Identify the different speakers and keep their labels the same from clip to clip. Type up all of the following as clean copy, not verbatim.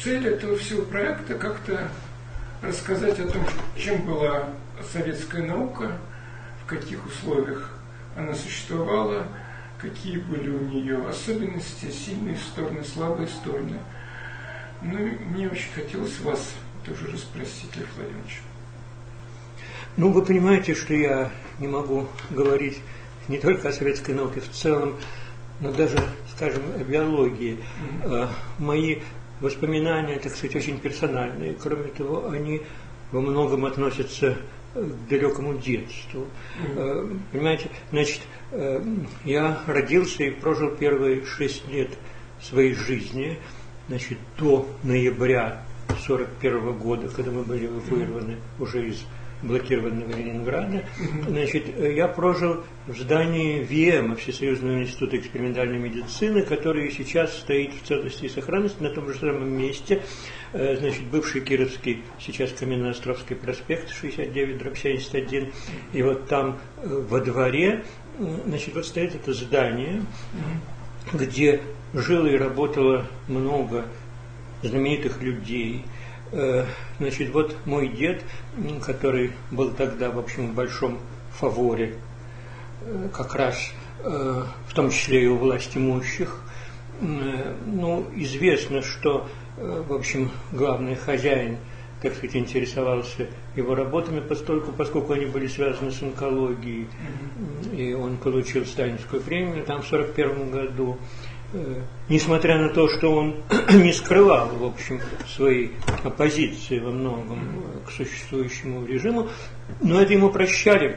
Speaker 1: цель этого всего проекта как-то рассказать о том, чем была советская наука, в каких условиях она существовала, какие были у нее особенности, сильные стороны, слабые стороны. Ну, и мне очень хотелось вас тоже расспросить, Лев Владимирович.
Speaker 2: Ну, вы понимаете, что я не могу говорить не только о советской науке в целом, но даже, скажем, о биологии. Мои воспоминания, так сказать, очень персональные. Кроме того, они во многом относятся к далекому детству. Понимаете, значит, я родился и прожил первые 6 лет своей жизни, значит, до ноября 1941 года, когда мы были эвакуированы уже из блокированного Ленинграда. Значит, я прожил в здании ВИЭМа, Всесоюзного института экспериментальной медицины, который сейчас стоит в целости и сохранности на том же самом месте. Значит, бывший Кировский, сейчас Каменноостровский проспект, 69/71. И вот там во дворе, значит, вот стоит это здание, где жило и работало много знаменитых людей. Значит, вот мой дед, который был тогда, в общем, в большом фаворе, как раз в том числе и у властимущих. Ну, известно, что, в общем, главный хозяин, так сказать, интересовался его работами, поскольку они были связаны с онкологией. И он получил Сталинскую премию там в 1941 году. Несмотря на то, что он не скрывал, в общем, своей оппозиции во многом к существующему режиму, но это ему прощали.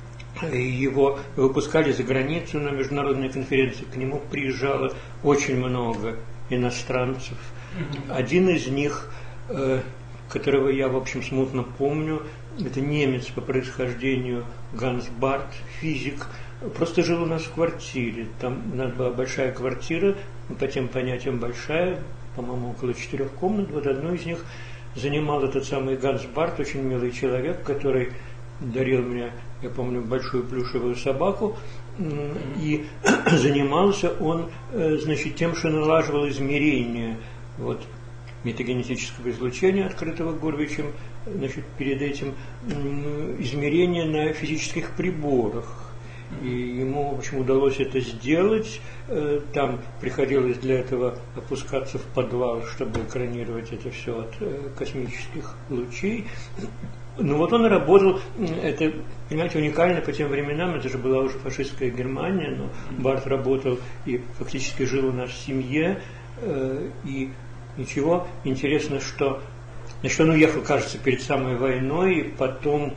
Speaker 2: Его выпускали за границу на международные конференции, к нему приезжало очень много иностранцев. Один из них, которого я, в общем, смутно помню, это немец по происхождению Ганс Барт, физик, просто жил у нас в квартире. Там у нас была большая квартира, по тем понятиям большая, по-моему, около 4 комнат. Вот одну из них занимал этот самый Ганс Барт, очень милый человек, который дарил мне, я помню, большую плюшевую собаку. И занимался он, значит, тем, что налаживал измерения вот, метагенетического излучения, открытого Гурвичем, значит, перед этим измерения на физических приборах. И ему, в общем, удалось это сделать. Там приходилось для этого опускаться в подвал, чтобы экранировать это все от космических лучей. Ну вот он работал, это, понимаете, уникально по тем временам, это же была уже фашистская Германия, но Барт работал и фактически жил у нас в семье. И ничего, интересно, что, значит, он уехал, кажется, перед самой войной, и потом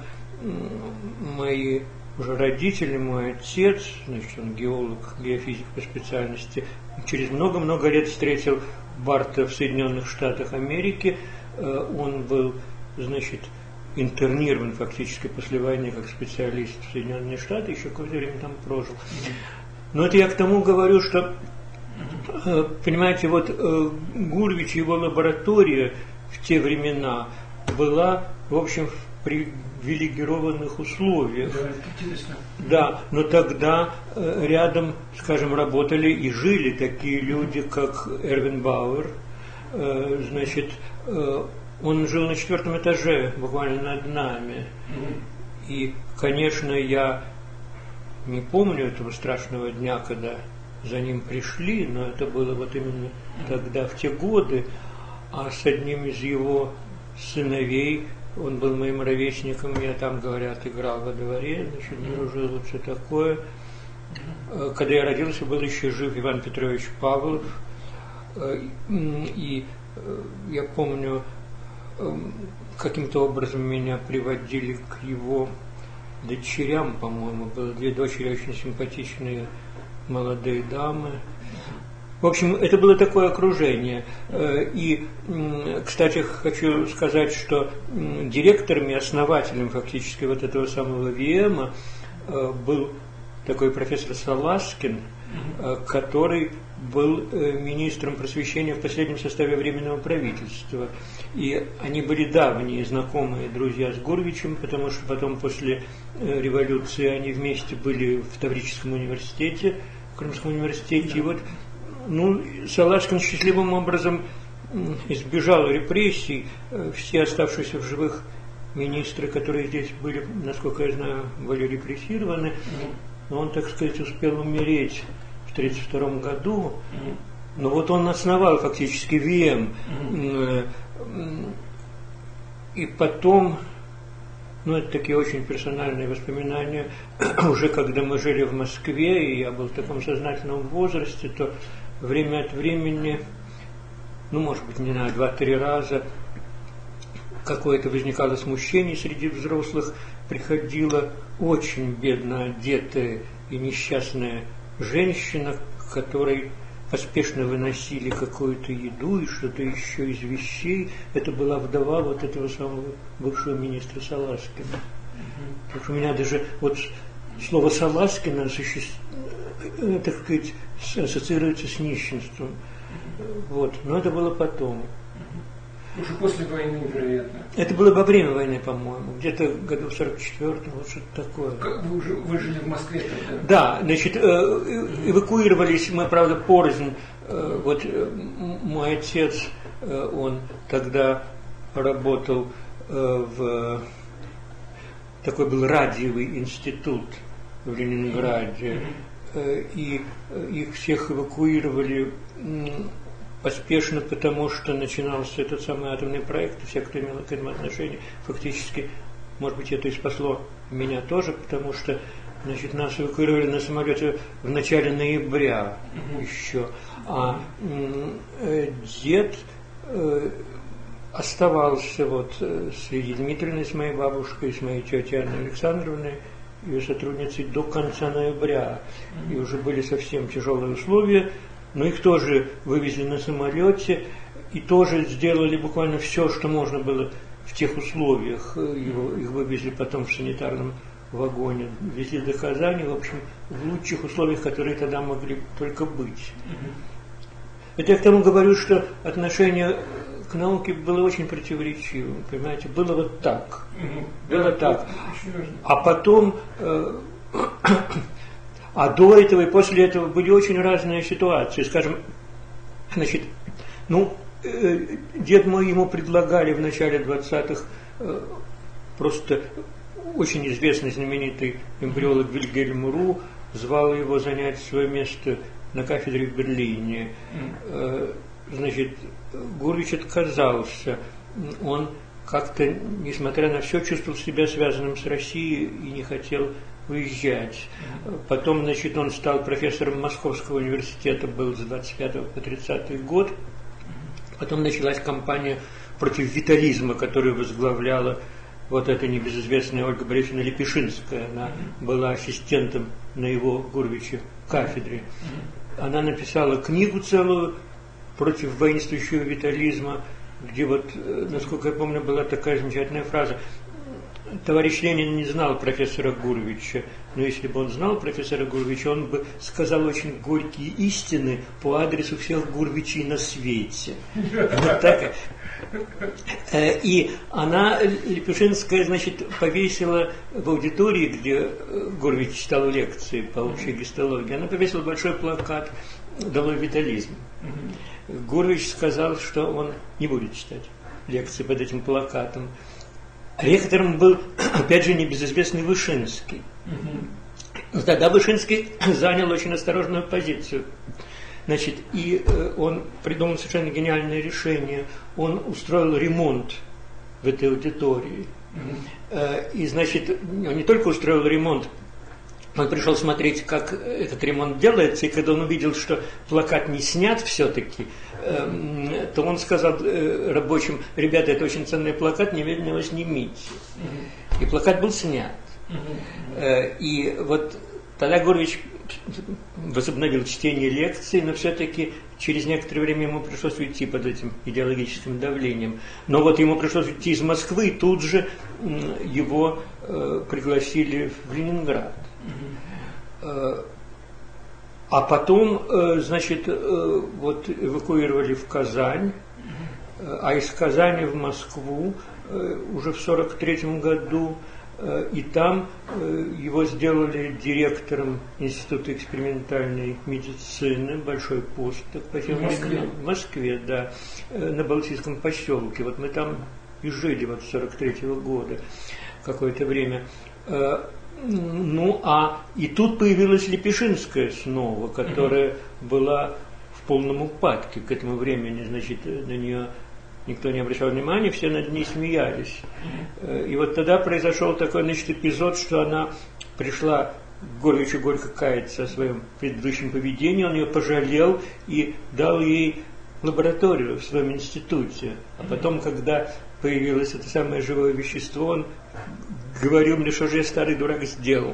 Speaker 2: мои уже родители, мой отец, значит, он геолог, геофизик по специальности, через много-много лет встретил Барта в Соединенных Штатах Америки. Он был, значит, интернирован фактически после войны как специалист в Соединенные Штаты, еще какое-то время там прожил. Но это я к тому говорю, что, понимаете, вот Гурвич и его лаборатория в те времена была, в общем, в привилегированных условиях.
Speaker 1: Да, это интересно.
Speaker 2: Да, но тогда рядом, скажем, работали и жили такие люди, как Эрвин Бауэр. Значит, он жил на 4-м этаже, буквально над нами. И, конечно, я не помню этого страшного дня, когда за ним пришли, но это было вот именно тогда, в те годы. А с одним из его сыновей, он был моим ровесником, я там, говорят, играл во дворе, значит, дружил, вот все такое. Когда я родился, был еще жив Иван Петрович Павлов. И я помню, каким-то образом меня приводили к его дочерям, по-моему, было 2 дочери очень симпатичные молодые дамы. В общем, это было такое окружение. И, кстати, хочу сказать, что директором и основателем фактически вот этого самого ВИЭМа был такой профессор Саласкин, который был министром просвещения в последнем составе Временного правительства. И они были давние знакомые друзья с Гурвичем, потому что потом после революции они вместе были в Таврическом университете, в Крымском университете. И вот, ну, Салашкин счастливым образом избежал репрессий. Все оставшиеся в живых министры, которые здесь были, насколько я знаю, были репрессированы. Но он, так сказать, успел умереть в 1932 году. Но вот он основал фактически ВМ. И потом, ну, это такие очень персональные воспоминания, уже когда мы жили в Москве, и я был в таком сознательном возрасте, то время от времени, ну, может быть, не знаю, 2-3 раза какое-то возникало смущение среди взрослых, приходила очень бедно одетая и несчастная женщина, которой поспешно выносили какую-то еду и что-то еще из вещей. Это была вдова вот этого самого бывшего министра Саласкина. Так что у меня даже вот слово Саласкина, так сказать, ассоциируется с нищенством. Вот. Но это было потом.
Speaker 1: Уже после войны, вероятно.
Speaker 2: Это было во время войны, по-моему, где-то году в 44-м, вот что-то такое.
Speaker 1: Вы жили в Москве тогда?
Speaker 2: Да, значит, эвакуировались мы, правда, порознь. Вот мой отец, он тогда работал в... Такой был радиовый институт в Ленинграде. И их всех эвакуировали поспешно, потому что начинался этот самый атомный проект, и все, кто имел к этому отношение, фактически, может быть, это и спасло меня тоже, потому что, значит, нас эвакуировали на самолете в начале ноября еще, а дед оставался вот с Лидией Дмитриевной, с моей бабушкой, с моей тетей Анной Александровной, ее сотрудницей до конца ноября, и уже были совсем тяжелые условия. Но их тоже вывезли на самолете и тоже сделали буквально все, что можно было в тех условиях. Их вывезли потом в санитарном вагоне, везли до Казани, в общем, в лучших условиях, которые тогда могли только быть. Это я к тому говорю, что отношение к науке было очень противоречивым, понимаете, было вот так. Было так. А потом... А до этого и после этого были очень разные ситуации. Скажем, значит, ну, дед мой, ему предлагали в начале 20-х просто очень известный, знаменитый эмбриолог Вильгельм Ру звал его занять свое место на кафедре в Берлине. Значит, Гурвич отказался. Он как-то, несмотря на все, чувствовал себя связанным с Россией и не хотел уезжать. Потом, значит, он стал профессором Московского университета, был с 25 по 30 год. Потом началась кампания против витализма, которую возглавляла вот эта небезызвестная Ольга Борисовна Лепешинская. Она была ассистентом на его Гурвиче кафедре. Она написала книгу целую против воинствующего витализма, где вот, насколько я помню, была такая замечательная фраза: товарищ Ленин не знал профессора Гурвича, но если бы он знал профессора Гурвича, он бы сказал очень горькие истины по адресу всех Гурвичей на свете. Вот так. И она, Лепешинская, значит, повесила в аудитории, где Гурвич читал лекции по общей гистологии, она повесила большой плакат «Долой витализм». Гурвич сказал, что он не будет читать лекции под этим плакатом. Ректором был, опять же, небезызвестный Вышинский. Тогда Вышинский занял очень осторожную позицию. Значит, и он придумал совершенно гениальное решение. Он устроил ремонт в этой аудитории. И, значит, он не только устроил ремонт, он пришел смотреть, как этот ремонт делается, и когда он увидел, что плакат не снят все-таки, то он сказал рабочим: ребята, это очень ценный плакат, немедленно его снимите. И плакат был снят. И вот тогда Гурвич возобновил чтение лекций, но все-таки через некоторое время ему пришлось уйти под этим идеологическим давлением. Но вот ему пришлось уйти из Москвы, и тут же его пригласили в Ленинград. А потом, значит, вот эвакуировали в Казань, а из Казани в Москву уже в 1943 году. и там его сделали директором Института экспериментальной медицины, большой пост. В Москве, да, на Балтийском поселке. Вот мы там и жили вот с 43-го года какое-то время. И тут появилась Лепешинская снова, которая была в полном упадке к этому времени, значит, на нее никто не обращал внимания, все над ней смеялись. И вот тогда произошел такой, значит, эпизод, что она пришла к Гуревичу горько каяться о своем предыдущем поведении, он ее пожалел и дал ей лабораторию в своем институте. А потом, когда появилось это самое живое вещество, он говорил мне, что же я старый дурак сделал.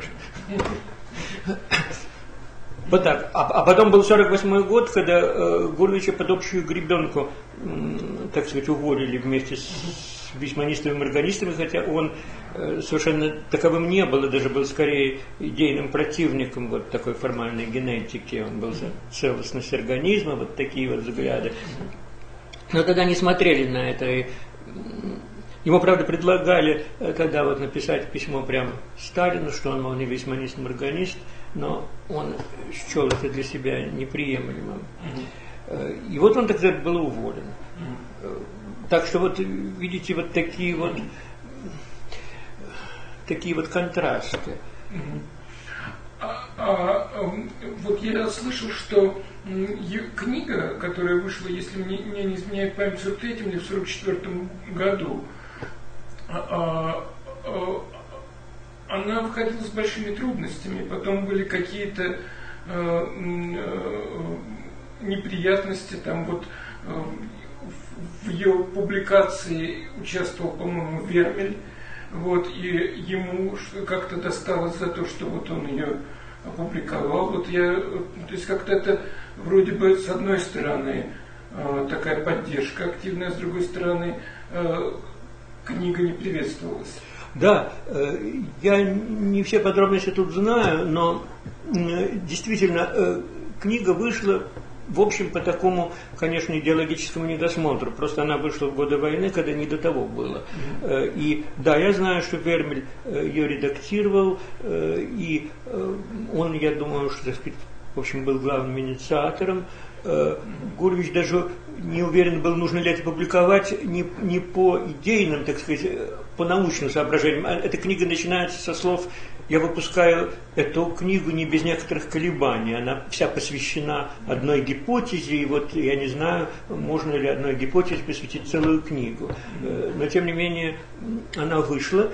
Speaker 2: Вот так. А потом был 48-й год, когда Гуревича под общую гребенку, так сказать, уволили вместе с вейсманистами и органистами, хотя он совершенно таковым не был, и даже был скорее идейным противником вот такой формальной генетики. Он был за целостность организма, вот такие вот взгляды. Но тогда не смотрели на это. И ему, правда, предлагали тогда вот написать письмо прямо Сталину, что он, мол, не вейсманист, не органист, но он счел это для себя неприемлемым. И вот он тогда был уволен. Так что вот, видите, вот такие вот контрасты.
Speaker 1: Вот я слышал, что книга, которая вышла, если мне не изменяет память, в 43-м или в 44-м году, она входила с большими трудностями, потом были какие-то неприятности, там вот в ее публикации участвовал, по-моему, Вермель, вот, и ему как-то досталось за то, что вот он ее опубликовал. Вот то есть как-то это вроде бы с одной стороны такая поддержка активная, с другой стороны книга не приветствовалась.
Speaker 2: Да, я не все подробности тут знаю, но действительно книга вышла, в общем, по такому, конечно, идеологическому недосмотру. Просто она вышла в годы войны, когда не до того было. И да, я знаю, что Вермель ее редактировал, и он, я думаю, что, так сказать, в общем, был главным инициатором. Гуревич даже не уверен был, нужно ли это публиковать не по идейным, так сказать, по научным соображениям. Эта книга начинается со слов: «Я выпускаю эту книгу не без некоторых колебаний». Она вся посвящена одной гипотезе, и вот я не знаю, можно ли одной гипотезе посвятить целую книгу. Но, тем не менее, она вышла.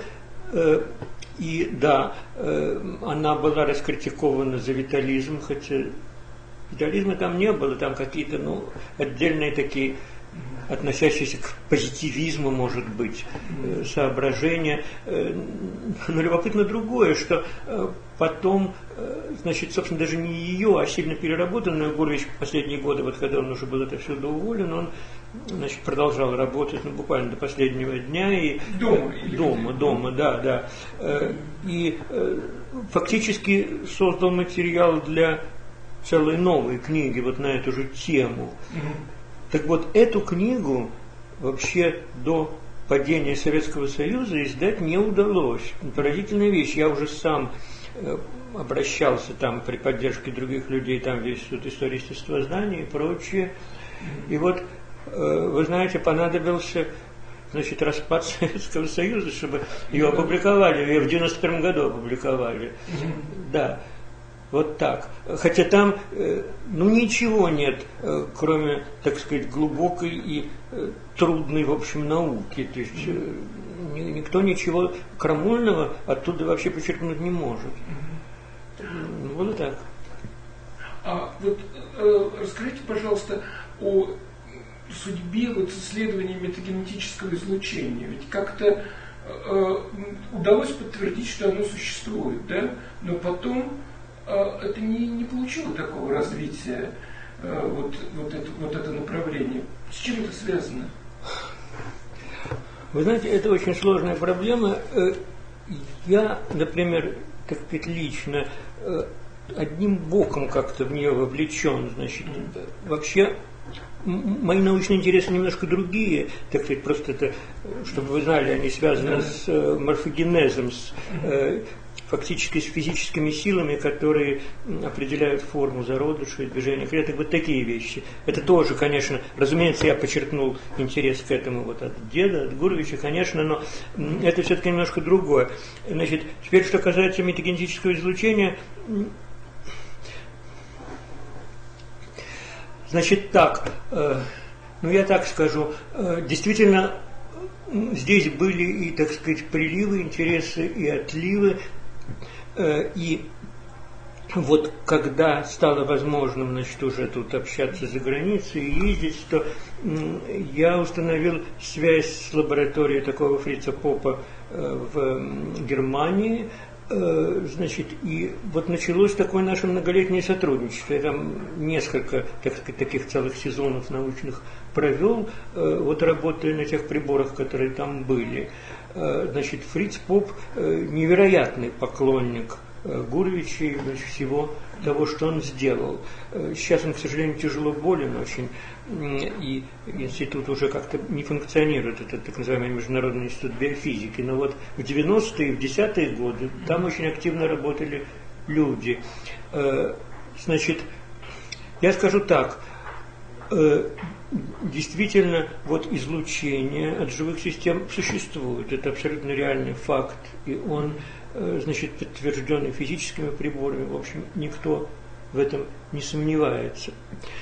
Speaker 2: И да, она была раскритикована за витализм, хотя витализма там не было, там какие-то отдельные такие, относящиеся к позитивизму, может быть, соображения. Но любопытно другое, что потом, значит, собственно, даже не ее, а сильно переработанную Гуревич в последние годы, вот когда он уже был отовсюду уволен, он, значит, продолжал работать, буквально до последнего дня. И дома, да. И фактически создал материал для целой новой книги вот на эту же тему. Так вот, эту книгу вообще до падения Советского Союза издать не удалось. Поразительная вещь. Я уже сам обращался там при поддержке других людей, там в Институт истории естествознания и прочее. И вот, вы знаете, понадобился, значит, распад Советского Союза, чтобы ее опубликовали. Ее в 91 году опубликовали. Да. Вот так. Хотя там, ничего нет, кроме, так сказать, глубокой и трудной, в общем, науки. То есть никто ничего крамольного оттуда вообще почерпнуть не может. Вот так.
Speaker 1: А вот расскажите, пожалуйста, о судьбе вот исследования метагенетического излучения. Ведь как-то удалось подтвердить, что оно существует, да? Но потом это не получило такого развития, вот это направление. С чем это связано?
Speaker 2: Вы знаете, это очень сложная проблема. Я, например, так сказать, лично одним боком как-то в нее вовлечен. Значит, вообще мои научные интересы немножко другие, так сказать, просто это, чтобы вы знали, они связаны с морфогенезом, с фактически с физическими силами, которые определяют форму зародыша и движение клеток, вот такие вещи. Это тоже, конечно, разумеется, я подчеркнул интерес к этому вот от деда, от Гуревича, конечно, но это все-таки немножко другое. Значит, теперь, что касается метагенетического излучения, значит так, я так скажу, действительно, здесь были и, так сказать, приливы, интересы и отливы, и вот когда стало возможным, значит, уже тут общаться за границей и ездить, то я установил связь с лабораторией такого Фрица Попа в Германии, значит, и вот началось такое наше многолетнее сотрудничество. Я там несколько, так сказать, таких целых сезонов научных провел, вот работая на тех приборах, которые там были. Значит, Фриц Поп невероятный поклонник Гуревича и всего того, что он сделал. Сейчас он, к сожалению, тяжело болен очень, и институт уже как-то не функционирует, это так называемый Международный институт биофизики. Но вот в 90-е и в 10-е годы там очень активно работали люди. Значит, я скажу так, действительно, вот излучение от живых систем существует, это абсолютно реальный факт, и он, значит, подтвержденный физическими приборами, в общем, никто в этом не сомневается.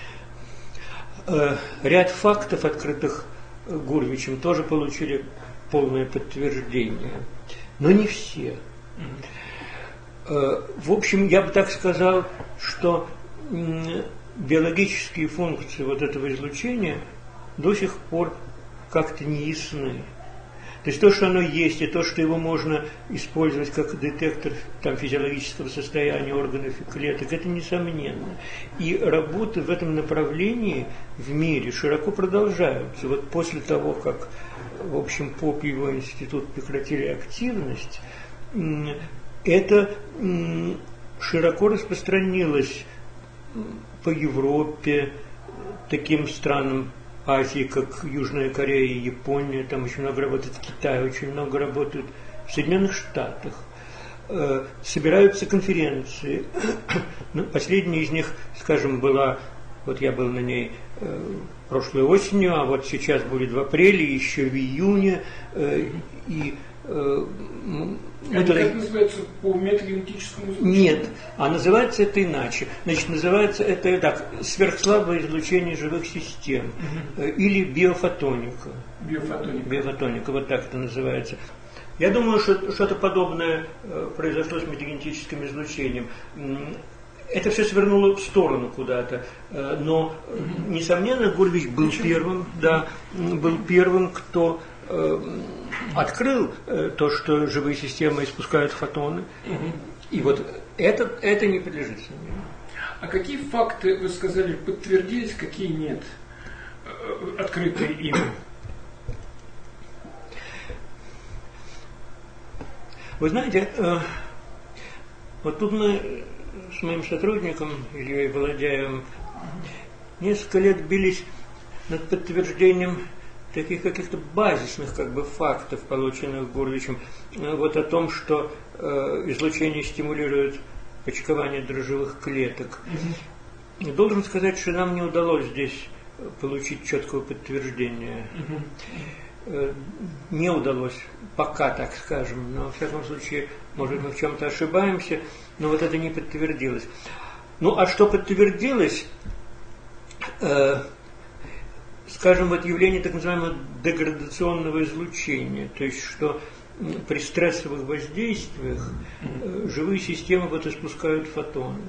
Speaker 2: Ряд фактов, открытых Гуревичем, тоже получили полное подтверждение, но не все. В общем, я бы так сказал, что биологические функции вот этого излучения до сих пор как-то не ясны. То есть то, что оно есть, и то, что его можно использовать как детектор там, физиологического состояния органов и клеток, это несомненно. И работы в этом направлении в мире широко продолжаются. Вот после того, как, в общем, Поп и его институт прекратили активность, это широко распространилось по Европе, таким странам Азии, как Южная Корея и Япония, там очень много работает в Китае, очень много работают в Соединенных Штатах. Собираются конференции. Последняя из них, скажем, была, вот я был на ней прошлой осенью, а вот сейчас будет в апреле, еще в июне, и
Speaker 1: это как называется по метагенетическому излучению?
Speaker 2: Нет, а называется это иначе. Значит, называется это так, сверхслабое излучение живых систем, или биофотоника. Биофотоника, вот так это называется. Я думаю, что что-то подобное произошло с метагенетическим излучением. Это все свернуло в сторону куда-то, но, несомненно, Гуревич был первым, кто открыл то, что живые системы испускают фотоны. И вот это не подлежит сомнению.
Speaker 1: А какие факты, вы сказали, подтвердились, какие нет, открытые им?
Speaker 2: Вы знаете, вот тут мы с моим сотрудником Ильей Володяевым несколько лет бились над подтверждением таких каких-то базисных фактов, полученных Гуревичем, вот о том, что излучение стимулирует почкование дрожжевых клеток. Должен сказать, что нам не удалось здесь получить четкого подтверждения. Не удалось пока, так скажем, но во всяком случае, может быть, мы в чем-то ошибаемся, но вот это не подтвердилось. Ну, а что подтвердилось? Скажем, вот явление так называемого деградационного излучения, то есть что при стрессовых воздействиях живые системы вот испускают фотоны.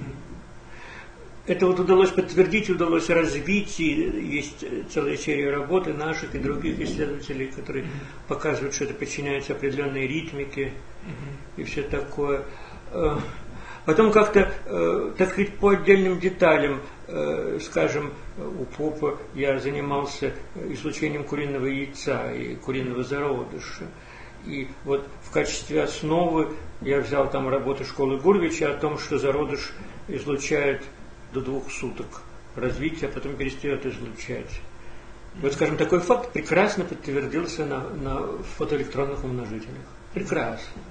Speaker 2: Это вот удалось подтвердить, удалось развить, и есть целая серия работ и наших, и других исследователей, которые показывают, что это подчиняется определенной ритмике и все такое. Потом как-то, так сказать, по отдельным деталям, скажем, у Попа я занимался излучением куриного яйца и куриного зародыша. И вот в качестве основы я взял там работу школы Гуревича о том, что зародыш излучает до 2 суток развития, а потом перестает излучать. Вот, скажем, такой факт прекрасно подтвердился на фотоэлектронных умножителях. Прекрасно.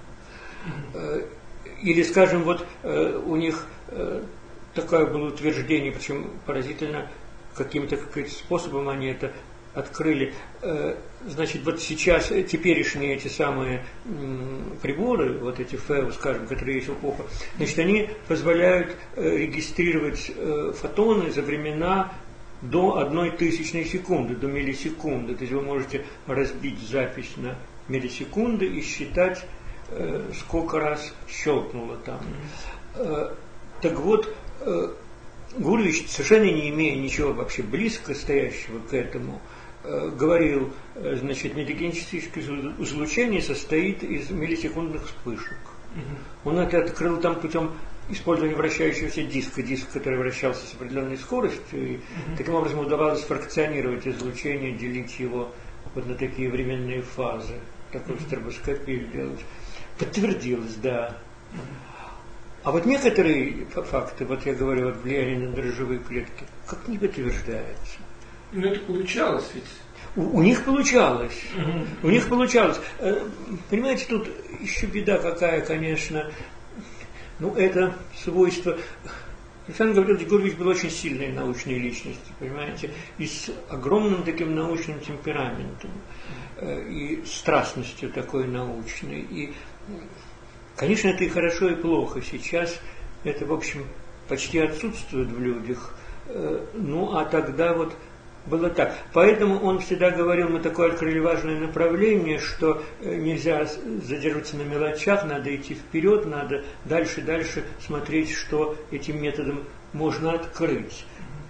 Speaker 2: Или, скажем, вот у них такое было утверждение, причем поразительно, каким-то способом они это открыли. Значит, вот сейчас теперешние эти самые приборы, вот эти ФЭУ, скажем, которые есть у Попа, значит, они позволяют регистрировать фотоны за времена до 0,01 секунды, до миллисекунды. То есть вы можете разбить запись на миллисекунды и считать, сколько раз щелкнуло там. Так вот, Гуревич, совершенно не имея ничего вообще близко стоящего к этому, говорил, значит, метагенетическое излучение состоит из миллисекундных вспышек. Он это открыл там путем использования вращающегося диска, который вращался с определенной скоростью, и таким образом удавалось фракционировать излучение, делить его вот на такие временные фазы, такую стробоскопию делать. Подтвердилось, да. А вот некоторые факты, вот я говорю, вот влияние на дрожжевые клетки, как не подтверждается.
Speaker 1: Но это получалось ведь.
Speaker 2: У них получалось. У них получалось. Понимаете, тут еще беда какая, конечно. Ну, это свойство. Александр Гаврилович Гуревич был очень сильной научной личностью, понимаете, и с огромным таким научным темпераментом, и страстностью такой научной. И, конечно, это и хорошо, и плохо. Сейчас это, в общем, почти отсутствует в людях. Ну, а тогда вот было так. Поэтому он всегда говорил, мы такое открыли важное направление, что нельзя задерживаться на мелочах, надо идти вперед, надо дальше смотреть, что этим методом можно открыть.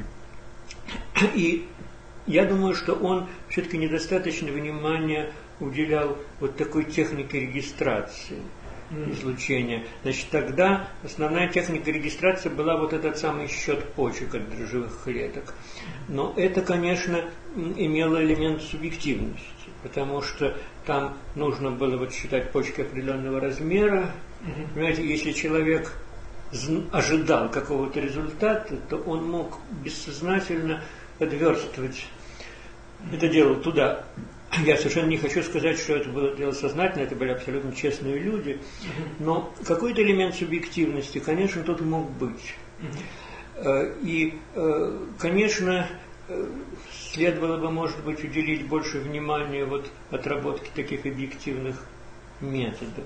Speaker 2: И я думаю, что он все-таки недостаточно внимания уделял вот такой технике регистрации излучения. Значит, тогда основная техника регистрации была вот этот самый счет почек от дрожжевых клеток. Но это, конечно, имело элемент субъективности, потому что там нужно было вот считать почки определенного размера. Понимаете, если человек ожидал какого-то результата, то он мог бессознательно подверстывать это дело туда. Я совершенно не хочу сказать, что это было дело сознательно, это были абсолютно честные люди, но какой-то элемент субъективности, конечно, тут мог быть. И, конечно, следовало бы, может быть, уделить больше внимания вот отработке таких объективных методов.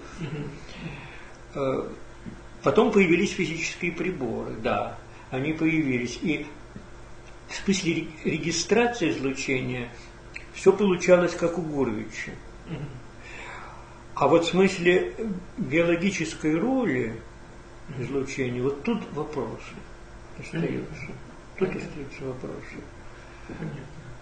Speaker 2: Потом появились физические приборы, да, они появились. И в смысле регистрации излучения все получалось как у Гуревича. А вот в смысле биологической роли излучения, вот тут вопросы остаются. Тут остаются вопросы.
Speaker 1: Понятно.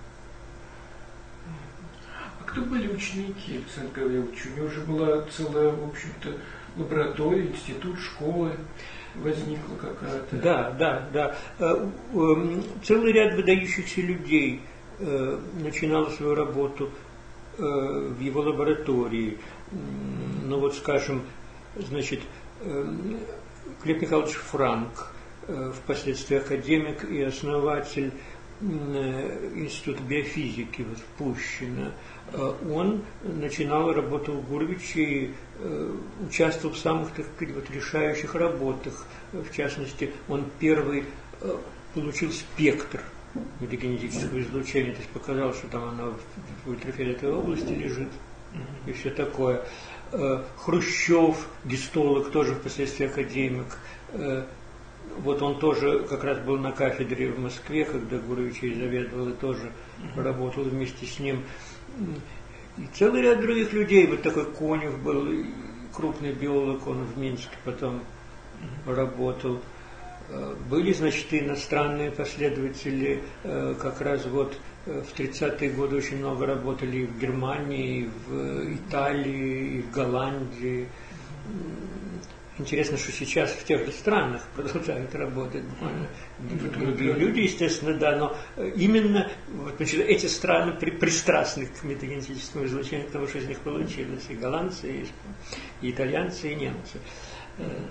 Speaker 1: А кто были ученики Александра Гавриловича? У него же была целая, в общем-то, лаборатория, институт, школа возникла какая-то.
Speaker 2: Да. Целый ряд выдающихся людей начинал свою работу в его лаборатории. Ну вот, скажем, значит, Глеб Михайлович Франк, впоследствии академик и основатель Института биофизики вот, в Пущино. Он начинал работу у Гуревича и участвовал в самых, так сказать, вот, решающих работах. В частности, он первый получил спектр метагенетического излучения, то есть показал, что там оно в ультрафиолетовой области лежит и все такое. Хрущев, гистолог, тоже впоследствии академик. Вот он тоже как раз был на кафедре в Москве, когда Гуревич и заведовал, и тоже работал вместе с ним. И целый ряд других людей, вот такой Конев был, крупный биолог, он в Минске потом работал. Были, значит, иностранные последователи, как раз вот в 30-е годы очень много работали и в Германии, и в Италии, и в Голландии. Интересно, что сейчас в тех же странах продолжают работать другие люди, естественно, да, но именно вот, значит, эти страны пристрастны к метагенетическому излучению, потому что из них получилось и голландцы, и итальянцы, и немцы.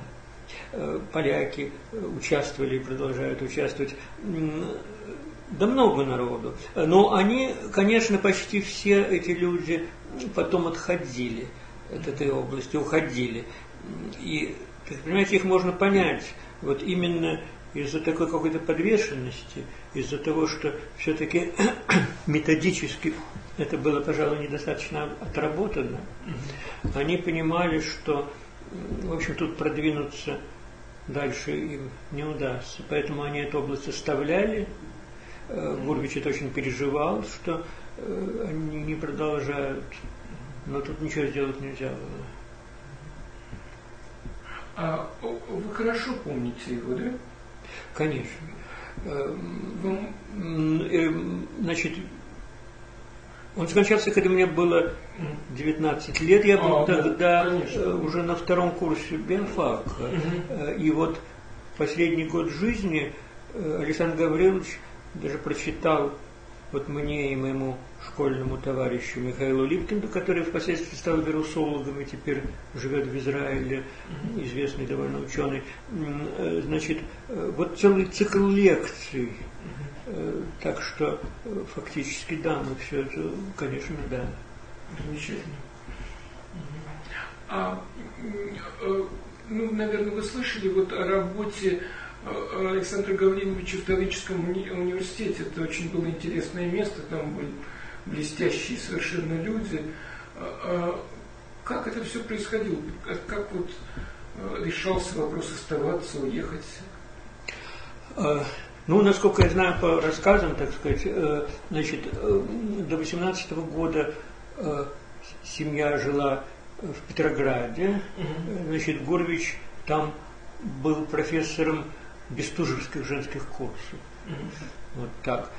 Speaker 2: поляки участвовали и продолжают участвовать, да много народу. Но они, конечно, почти все эти люди потом отходили от этой области, уходили. И, понимаете, их можно понять. Вот именно из-за такой какой-то подвешенности, из-за того, что все-таки методически это было, пожалуй, недостаточно отработано, они понимали, что, в общем, тут продвинуться дальше им не удастся. Поэтому они эту область оставляли. Гурвич это очень переживал, что они не продолжают. Но тут ничего сделать нельзя было.
Speaker 1: А вы хорошо помните его, да?
Speaker 2: Конечно. Значит, он скончался, когда мне было 19 лет. Я был тогда уже на втором курсе биофака. И вот последний год жизни Александр Гаврилович даже прочитал вот мне и моему школьному товарищу Михаилу Липкину, который впоследствии стал вирусологом и теперь живет в Израиле, известный довольно ученый. Значит, вот целый цикл лекций. Так что фактически да, мы все это, конечно, да.
Speaker 1: Замечательно. Ну, наверное, вы слышали вот о работе Александра Гавриловича в Таврическом университете. Это очень было интересное место, там были блестящие совершенно люди. Как это все происходило? Как вот решался вопрос оставаться, уехать?
Speaker 2: Ну, насколько я знаю по рассказам, так сказать, значит, до 18 года семья жила в Петрограде. Значит, Гурвич там был профессором бестужевских женских курсов. Вот так.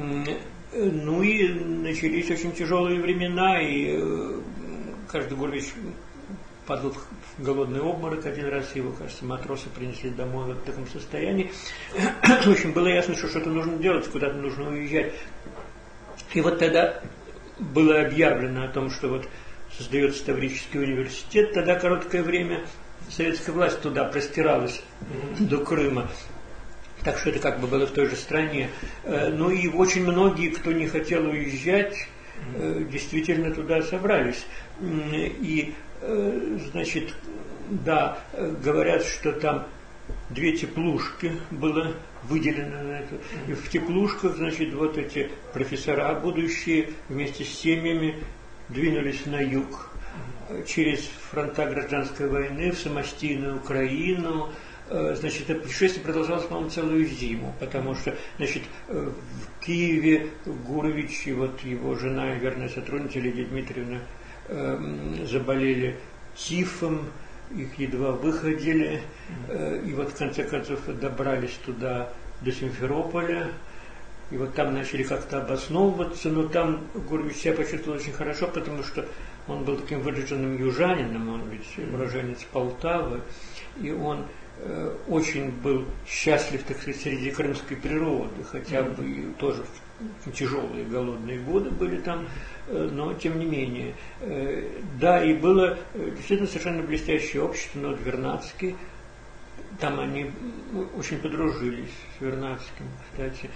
Speaker 2: Ну и начались очень тяжелые времена, и каждый Гурвич падал в голодный обморок один раз, его, кажется, матросы принесли домой в таком состоянии. В общем, было ясно, что что-то нужно делать, куда-то нужно уезжать. И вот тогда было объявлено о том, что вот создается Таврический университет. Тогда короткое время советская власть туда простиралась до Крыма. Так что это как бы было в той же стране. Ну и очень многие, кто не хотел уезжать, действительно туда собрались. И, значит, да, говорят, что там 2 теплушки было выделено на это. И в теплушках, значит, вот эти профессора будущие вместе с семьями двинулись на юг через фронта гражданской войны в самостийную Украину. Значит, это путешествие продолжалось, по-моему, целую зиму, потому что, значит, в Киеве Гурвич и вот его жена и верная сотрудница Лидия Дмитриевна заболели тифом, их едва выходили, и вот в конце концов добрались туда до Симферополя, и вот там начали как-то обосновываться, но там Гурвич себя почувствовал очень хорошо, потому что он был таким выраженным южанином, он ведь уроженец Полтавы, и он очень был счастлив, так сказать, среди крымской природы, хотя бы и тоже тяжелые голодные годы были там, но тем не менее. Да, и было действительно совершенно блестящее общество, но вот Вернадский, там они очень подружились с Вернадским, кстати,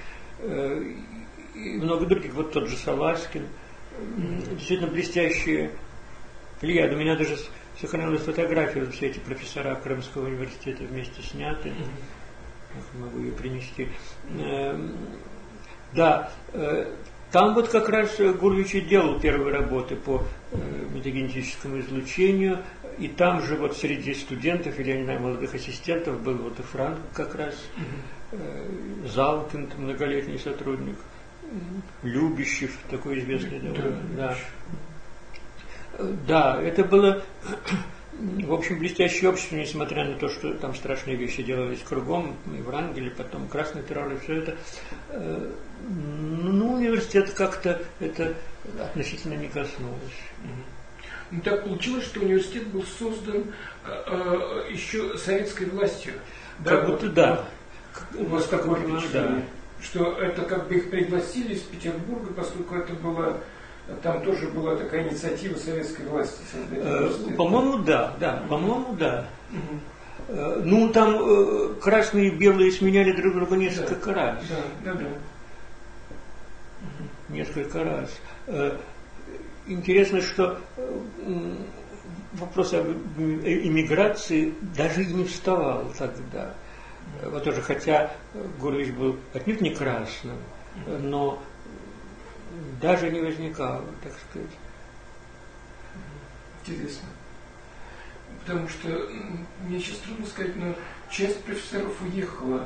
Speaker 2: и много других, вот тот же Саласкин, действительно блестящие плеяды. У меня даже сохранилась фотография, все эти профессора Крымского университета вместе сняты. Могу ее принести. Да, там вот как раз Гурвич и делал первые работы по метагенетическому излучению, и там же вот среди студентов, или, я не знаю, молодых ассистентов был вот и Франк как раз, Залкин, многолетний сотрудник, Любящев, такой известный довольно, да. Да, это было, в общем, блестящее общество, несмотря на то, что там страшные вещи делались кругом, и в Врангеле, потом Красный террор, и все это. Ну, университет как-то это относительно не коснулось.
Speaker 1: Ну, так получилось, что университет был создан еще советской властью.
Speaker 2: Как будто да.
Speaker 1: У вас такое впечатление, что это как бы их пригласили из Петербурга, поскольку это было... Там тоже была такая инициатива советской власти создать университет.
Speaker 2: По-моему, да, по-моему, да. Ну, там красные и белые сменяли друг друга несколько раз.
Speaker 1: Да.
Speaker 2: Несколько раз. Интересно, что вопрос об иммиграции даже и не вставал тогда. Вот тоже, хотя Гурвич был отнюдь не красным, но даже не возникало, так сказать.
Speaker 1: Интересно. Потому что мне сейчас трудно сказать, но часть профессоров уехала.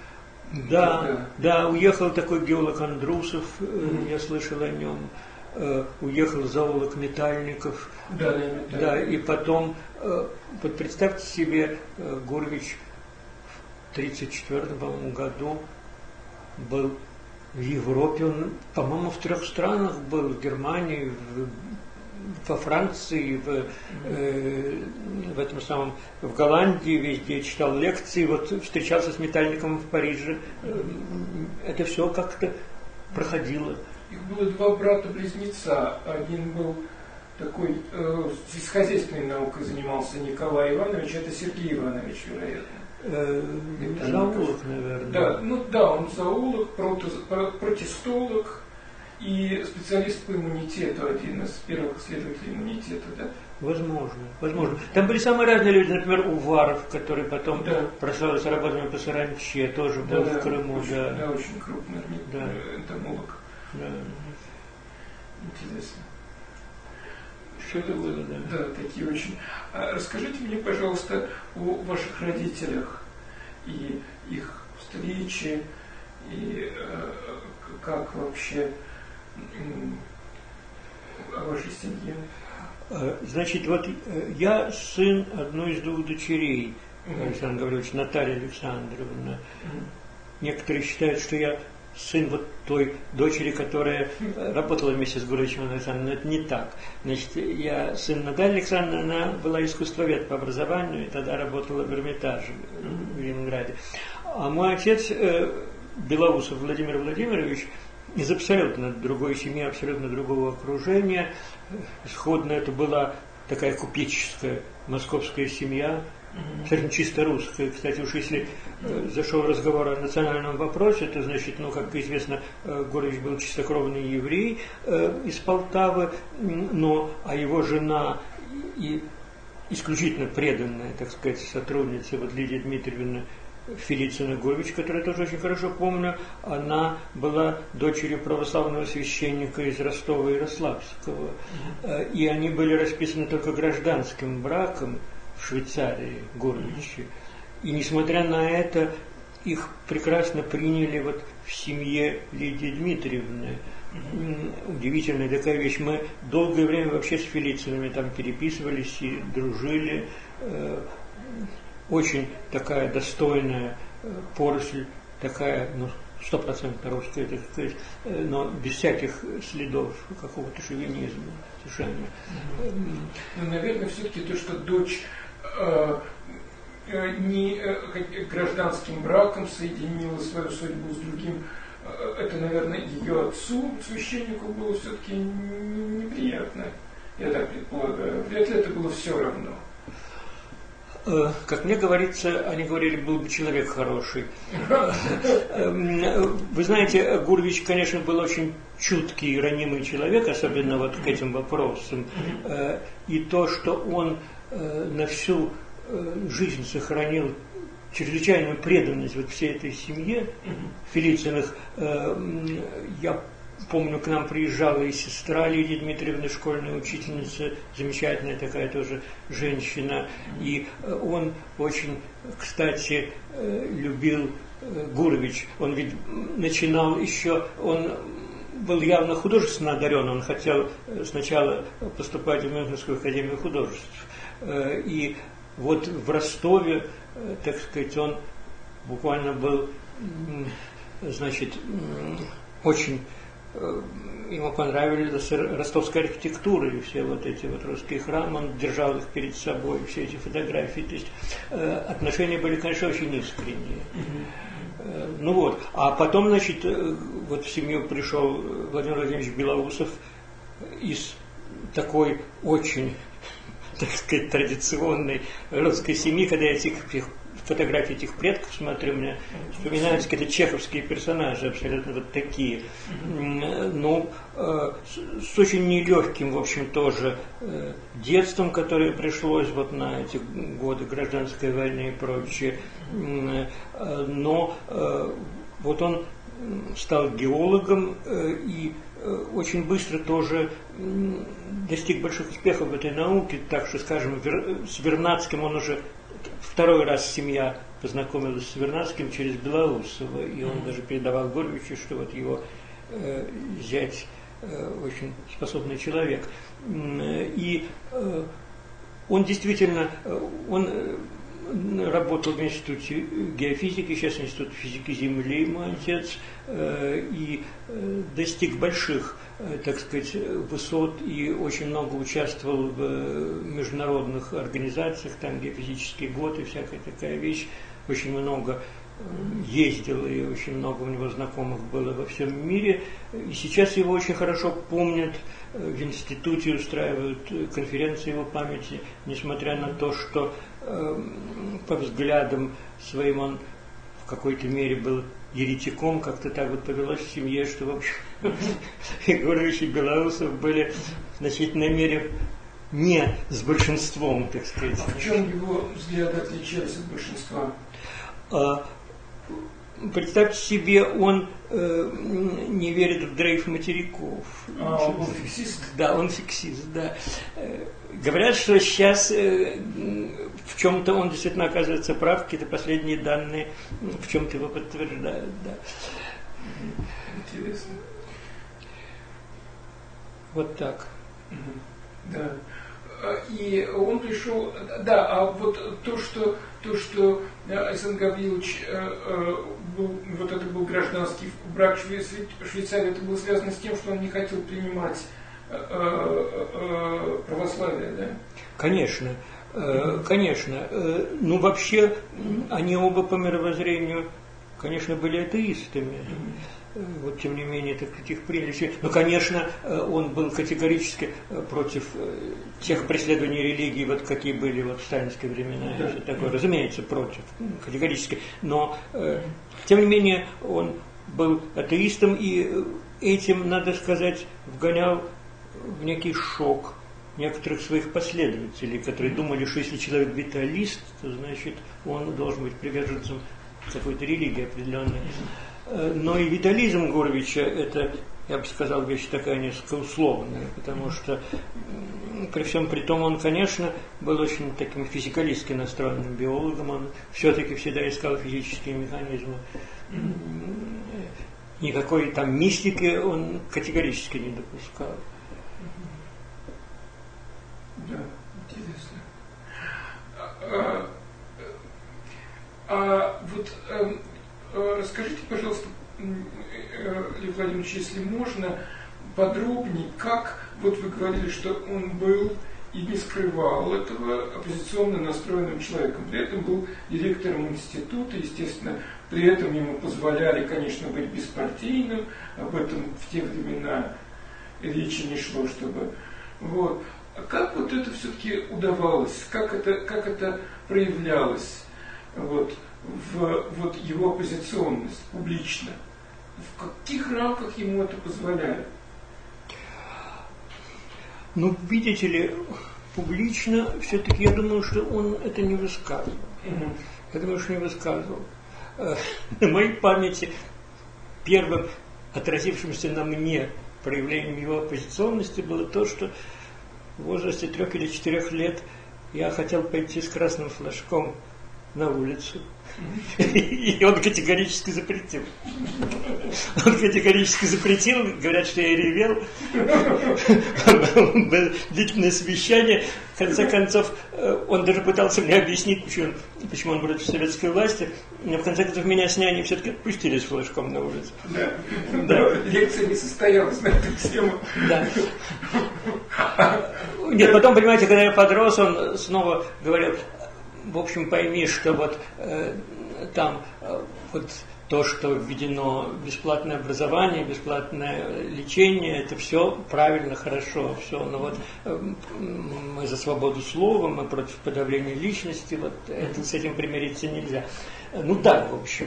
Speaker 2: Да, уехал такой геолог Андрусов, я слышал о нем. Уехал зоолог Метальников. Да, и потом, вот представьте себе, Гурвич в 1934 году был в Европе, он, по-моему, в 3 странах был, в Германии, во Франции, в этом самом, в Голландии, везде читал лекции, вот встречался с Метальниковым в Париже. Это все как-то проходило.
Speaker 1: Их было 2 брата-близнеца. Один был такой, сельскохозяйственной наукой занимался Николай Иванович, это Сергей Иванович, вероятно.
Speaker 2: Зоолог, наверное.
Speaker 1: Он зоолог, протистолог и специалист по иммунитету, один из первых исследователей иммунитета, да?
Speaker 2: Возможно. Там были самые разные люди, например, Уваров, который потом прославился работами по саранче, тоже был в Крыму.
Speaker 1: Очень крупный энтомолог.
Speaker 2: Да.
Speaker 1: Интересно.
Speaker 2: Что это было,
Speaker 1: Да, такие очень. Расскажите мне, пожалуйста, о ваших родителях и их встрече, и как вообще о вашей семье.
Speaker 2: Значит, вот я сын одной из 2 дочерей Александра Гавриловича, Наталья Александровна. Некоторые считают, что я сын вот той дочери, которая работала вместе с Гурвичем Александром, но это не так. Значит, я сын Натальи Александровны, она была искусствовед по образованию и тогда работала в Эрмитаже в Ленинграде. А мой отец, Белоусов Владимир Владимирович, из абсолютно другой семьи, абсолютно другого окружения. Исходно это была такая купеческая московская семья, абсолютно чисто русская. Кстати, уж если зашел разговор о национальном вопросе, то, значит, как известно, Гурвич был чистокровный еврей из Полтавы, а его жена и исключительно преданная, так сказать, сотрудница Лидия Дмитриевна Фелицина-Гурвич, которую я тоже очень хорошо помню, она была дочерью православного священника из Ростова-Ярославского. И они были расписаны только гражданским браком в Швейцарии, Гурвичи. И несмотря на это, их прекрасно приняли в семье Лидии Дмитриевны. Удивительная такая вещь. Мы долгое время вообще с Фелицинами там переписывались и дружили. Очень такая достойная поросль, такая, 100% русская, так сказать, но без всяких следов какого-то шовинизма совершенно.
Speaker 1: Наверное, все-таки то, что дочь не гражданским браком соединила свою судьбу с другим, это, наверное, ее отцу, священнику, было все-таки неприятно. Я так предполагаю. Вряд ли это было все равно.
Speaker 2: Как мне говорится, они говорили, был бы человек хороший. Вы знаете, Гурвич, конечно, был очень чуткий и ранимый человек, особенно к этим вопросам. И то, что он на всю жизнь сохранил чрезвычайную преданность всей этой семье Фелициных. Я помню, к нам приезжала и сестра Лидия Дмитриевна, школьная учительница, замечательная такая тоже женщина. И он очень, кстати, любил Гурвич. Он ведь начинал еще, он был явно художественно одарен, он хотел сначала поступать в Мюнхенскую академию художеств. И в Ростове, так сказать, он буквально был, значит, очень... Ему понравились ростовская архитектура и все эти русские храмы, он держал их перед собой, все эти фотографии. То есть отношения были, конечно, очень искренние. А потом, значит, в семью пришел Владимир Владимирович Белоусов из такой очень так сказать, традиционной русской семьи, когда я этих фотографии этих предков смотрю, мне вспоминаются какие-то чеховские персонажи, абсолютно вот такие. Ну, с очень нелегким, в общем, тоже детством, которое пришлось вот на эти годы гражданской войны и прочее. Но вот он стал геологом и очень быстро тоже достиг больших успехов в этой науке, так что, скажем, с Вернадским он уже второй раз семья познакомилась с Вернадским через Белоусова, и он даже передавал Гуревичу, что вот его зять очень способный человек. И он действительно, он работал в институте геофизики, сейчас институт физики Земли, мой отец, и достиг больших, так сказать, высот и очень много участвовал в международных организациях, там геофизический год и всякая такая вещь, очень много ездил, и очень много у него знакомых было во всем мире. И сейчас его очень хорошо помнят, в институте устраивают конференции его памяти, несмотря на то, что по взглядам своим он в какой-то мере был еретиком, как-то так вот повелось в семье, что, в общем, Егорович и Белоусов были в значительной мере не с большинством, так сказать.
Speaker 1: А в чем его взгляды отличались от большинства?
Speaker 2: Представьте себе, он не верит в дрейф материков.
Speaker 1: Он был фиксист?
Speaker 2: Да, он фиксист, да. Говорят, что сейчас в чем-то он действительно оказывается прав, какие-то последние данные в чем-то его подтверждают, да.
Speaker 1: Интересно.
Speaker 2: Вот так.
Speaker 1: Да. И он пришел, да, а вот то, что Александр Гаврилович вот это был гражданский брак в Швейцарии, это было связано с тем, что он не хотел принимать православие, да?
Speaker 2: Конечно, конечно. Ну, вообще, они оба по мировоззрению, конечно, были атеистами. Вот, тем не менее, так сказать, их приняли. Но, конечно, он был категорически против тех преследований религии, вот какие были вот в сталинские времена, и все такое. Разумеется, против, категорически. Но, тем не менее, он был атеистом, и этим, надо сказать, вгонял в некий шок некоторых своих последователей, которые думали, что если человек виталист, то, значит, он должен быть приверженцем какой-то религии определенной. Но и витализм Гуревича, это, я бы сказал, вещь такая несколько условная, потому что при всем при том он, конечно, был очень таким физикалистски настроенным биологом, он все-таки всегда искал физические механизмы. Никакой там мистики он категорически не допускал.
Speaker 1: Да, интересно. Вот расскажите, пожалуйста, Лев Владимирович, если можно, подробнее, как, вот вы говорили, что он был и не скрывал этого оппозиционно настроенным человеком, при этом был директором института, естественно, при этом ему позволяли, конечно, быть беспартийным, об этом в те времена речи не шло, чтобы... Вот. А как вот это все-таки удавалось, как это проявлялось? Вот его оппозиционность публично. В каких рамках ему это позволяет?
Speaker 2: Ну, видите ли, публично все-таки я думаю, что он это не высказывал. Я думаю, что не высказывал. На моей памяти первым отразившимся на мне проявлением его оппозиционности было то, что в возрасте 3 или 4 лет я хотел пойти с красным флажком на улицу. И он категорически запретил. Он категорически запретил, говорят, что я ревел. Было длительное совещание. В конце концов, он даже пытался мне объяснить, почему он против советской власти. Но в конце концов, меня с няней все-таки отпустили с флажком на улицу.
Speaker 1: Да. Лекция не состоялась на эту тему.
Speaker 2: Да. Нет, потом, понимаете, когда я подрос, он снова говорил: в общем, пойми, что вот там вот то, что введено бесплатное образование, бесплатное лечение, это все правильно, хорошо, все. Но вот мы за свободу слова, мы против подавления личности, вот это, с этим примириться нельзя. Ну да, в общем.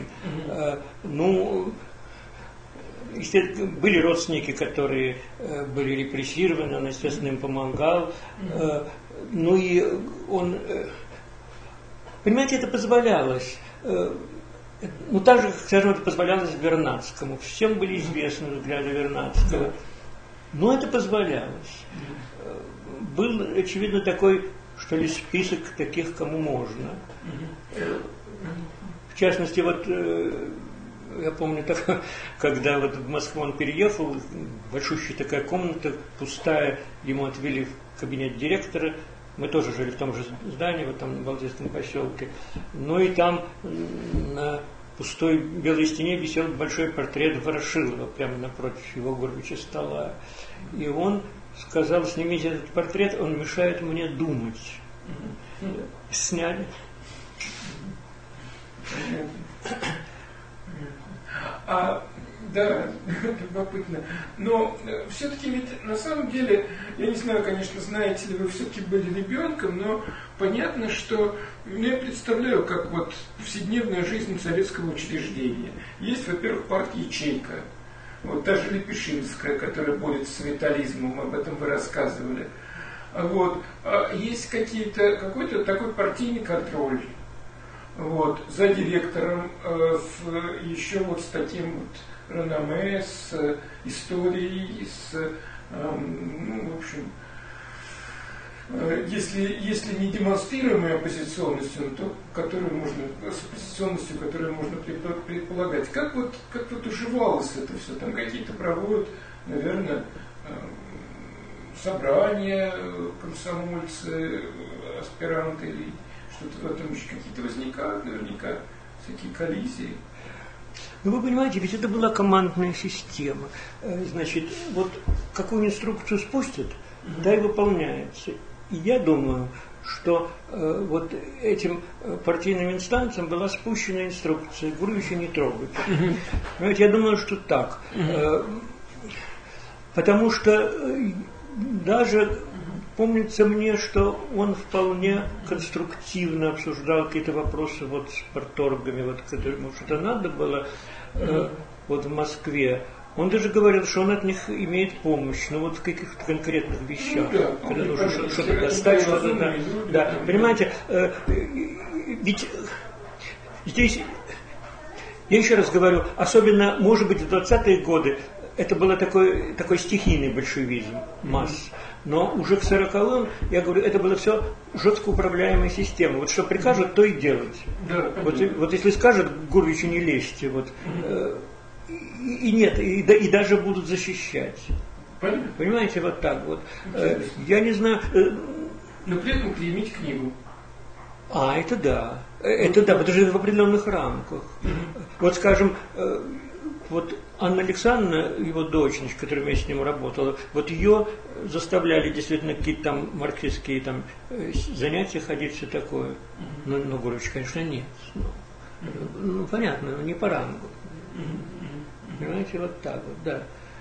Speaker 2: Были родственники, которые были репрессированы, он, естественно, им помогал. Ну и он... Понимаете, это позволялось. Ну, так же, скажем, это позволялось Вернадскому. Всем были известны взгляды Вернадского. Но это позволялось. Был, очевидно, такой, что ли, список таких, кому можно. В частности, вот я помню, так, когда вот в Москву он переехал, большущая такая комната, пустая, ему отвели в кабинет директора. Мы тоже жили в том же здании, вот там на Балтийском поселке. Ну и там на пустой белой стене висел большой портрет Ворошилова, прямо напротив его Гурвича стола. И он сказал: снимите этот портрет, он мешает мне думать. Сняли.
Speaker 1: Да, любопытно. Но все-таки ведь на самом деле, я не знаю, конечно, знаете ли вы, все-таки были ребенком, но понятно, что я представляю, как вот повседневная жизнь советского учреждения. Есть, во-первых, парт-ячейка, вот та же Лепешинская, которая борется с советализмом, об этом вы рассказывали. Вот. Есть какой-то такой партийный контроль. Вот, за директором, еще вот с таким вот реноме, с историей, ну, в общем, если не демонстрируемой оппозиционностью, то с оппозиционностью, которую можно предполагать. Как вот уживалось это все? Там какие-то проводят, наверное, собрания комсомольцы, аспиранты или что-то в этом еще какие-то возникают, наверняка, всякие коллизии.
Speaker 2: Ну, вы понимаете, ведь это была командная система. Значит, вот какую инструкцию спустят, да и выполняется. И я думаю, что вот этим партийным инстанциям была спущена инструкция: Гурвича не трогать. Понимаете, я думаю, что так. Потому что даже... Помнится мне, что он вполне конструктивно обсуждал какие-то вопросы вот с парторгами, вот, ему что-то надо было вот в Москве. Он даже говорил, что он от них имеет помощь, ну вот в каких-то конкретных вещах, когда нужно что-то достать, что-то... Да, понимаете, ведь здесь, я еще раз говорю, особенно, может быть, в 20-е годы, это был такой стихийный большевизм масс. Но уже к 40-м, я говорю, это было все жестко управляемая система. Вот что прикажут, то и делать. Да, вот если скажут Гурвичу не лезьте, вот, и нет, и даже будут защищать.
Speaker 1: Понятно.
Speaker 2: Понимаете, вот так вот. Я не знаю...
Speaker 1: Но при этом клеймить книгу.
Speaker 2: Это да. Это да, потому что это в определенных рамках. Вот, скажем... Вот Анна Александровна, его дочь, которая вместе с ним работала, вот ее заставляли действительно какие-то там марксистские там занятия ходить, все такое. Но Гурвич, конечно, нет. Ну, понятно, не по рангу. Понимаете, вот так вот, да.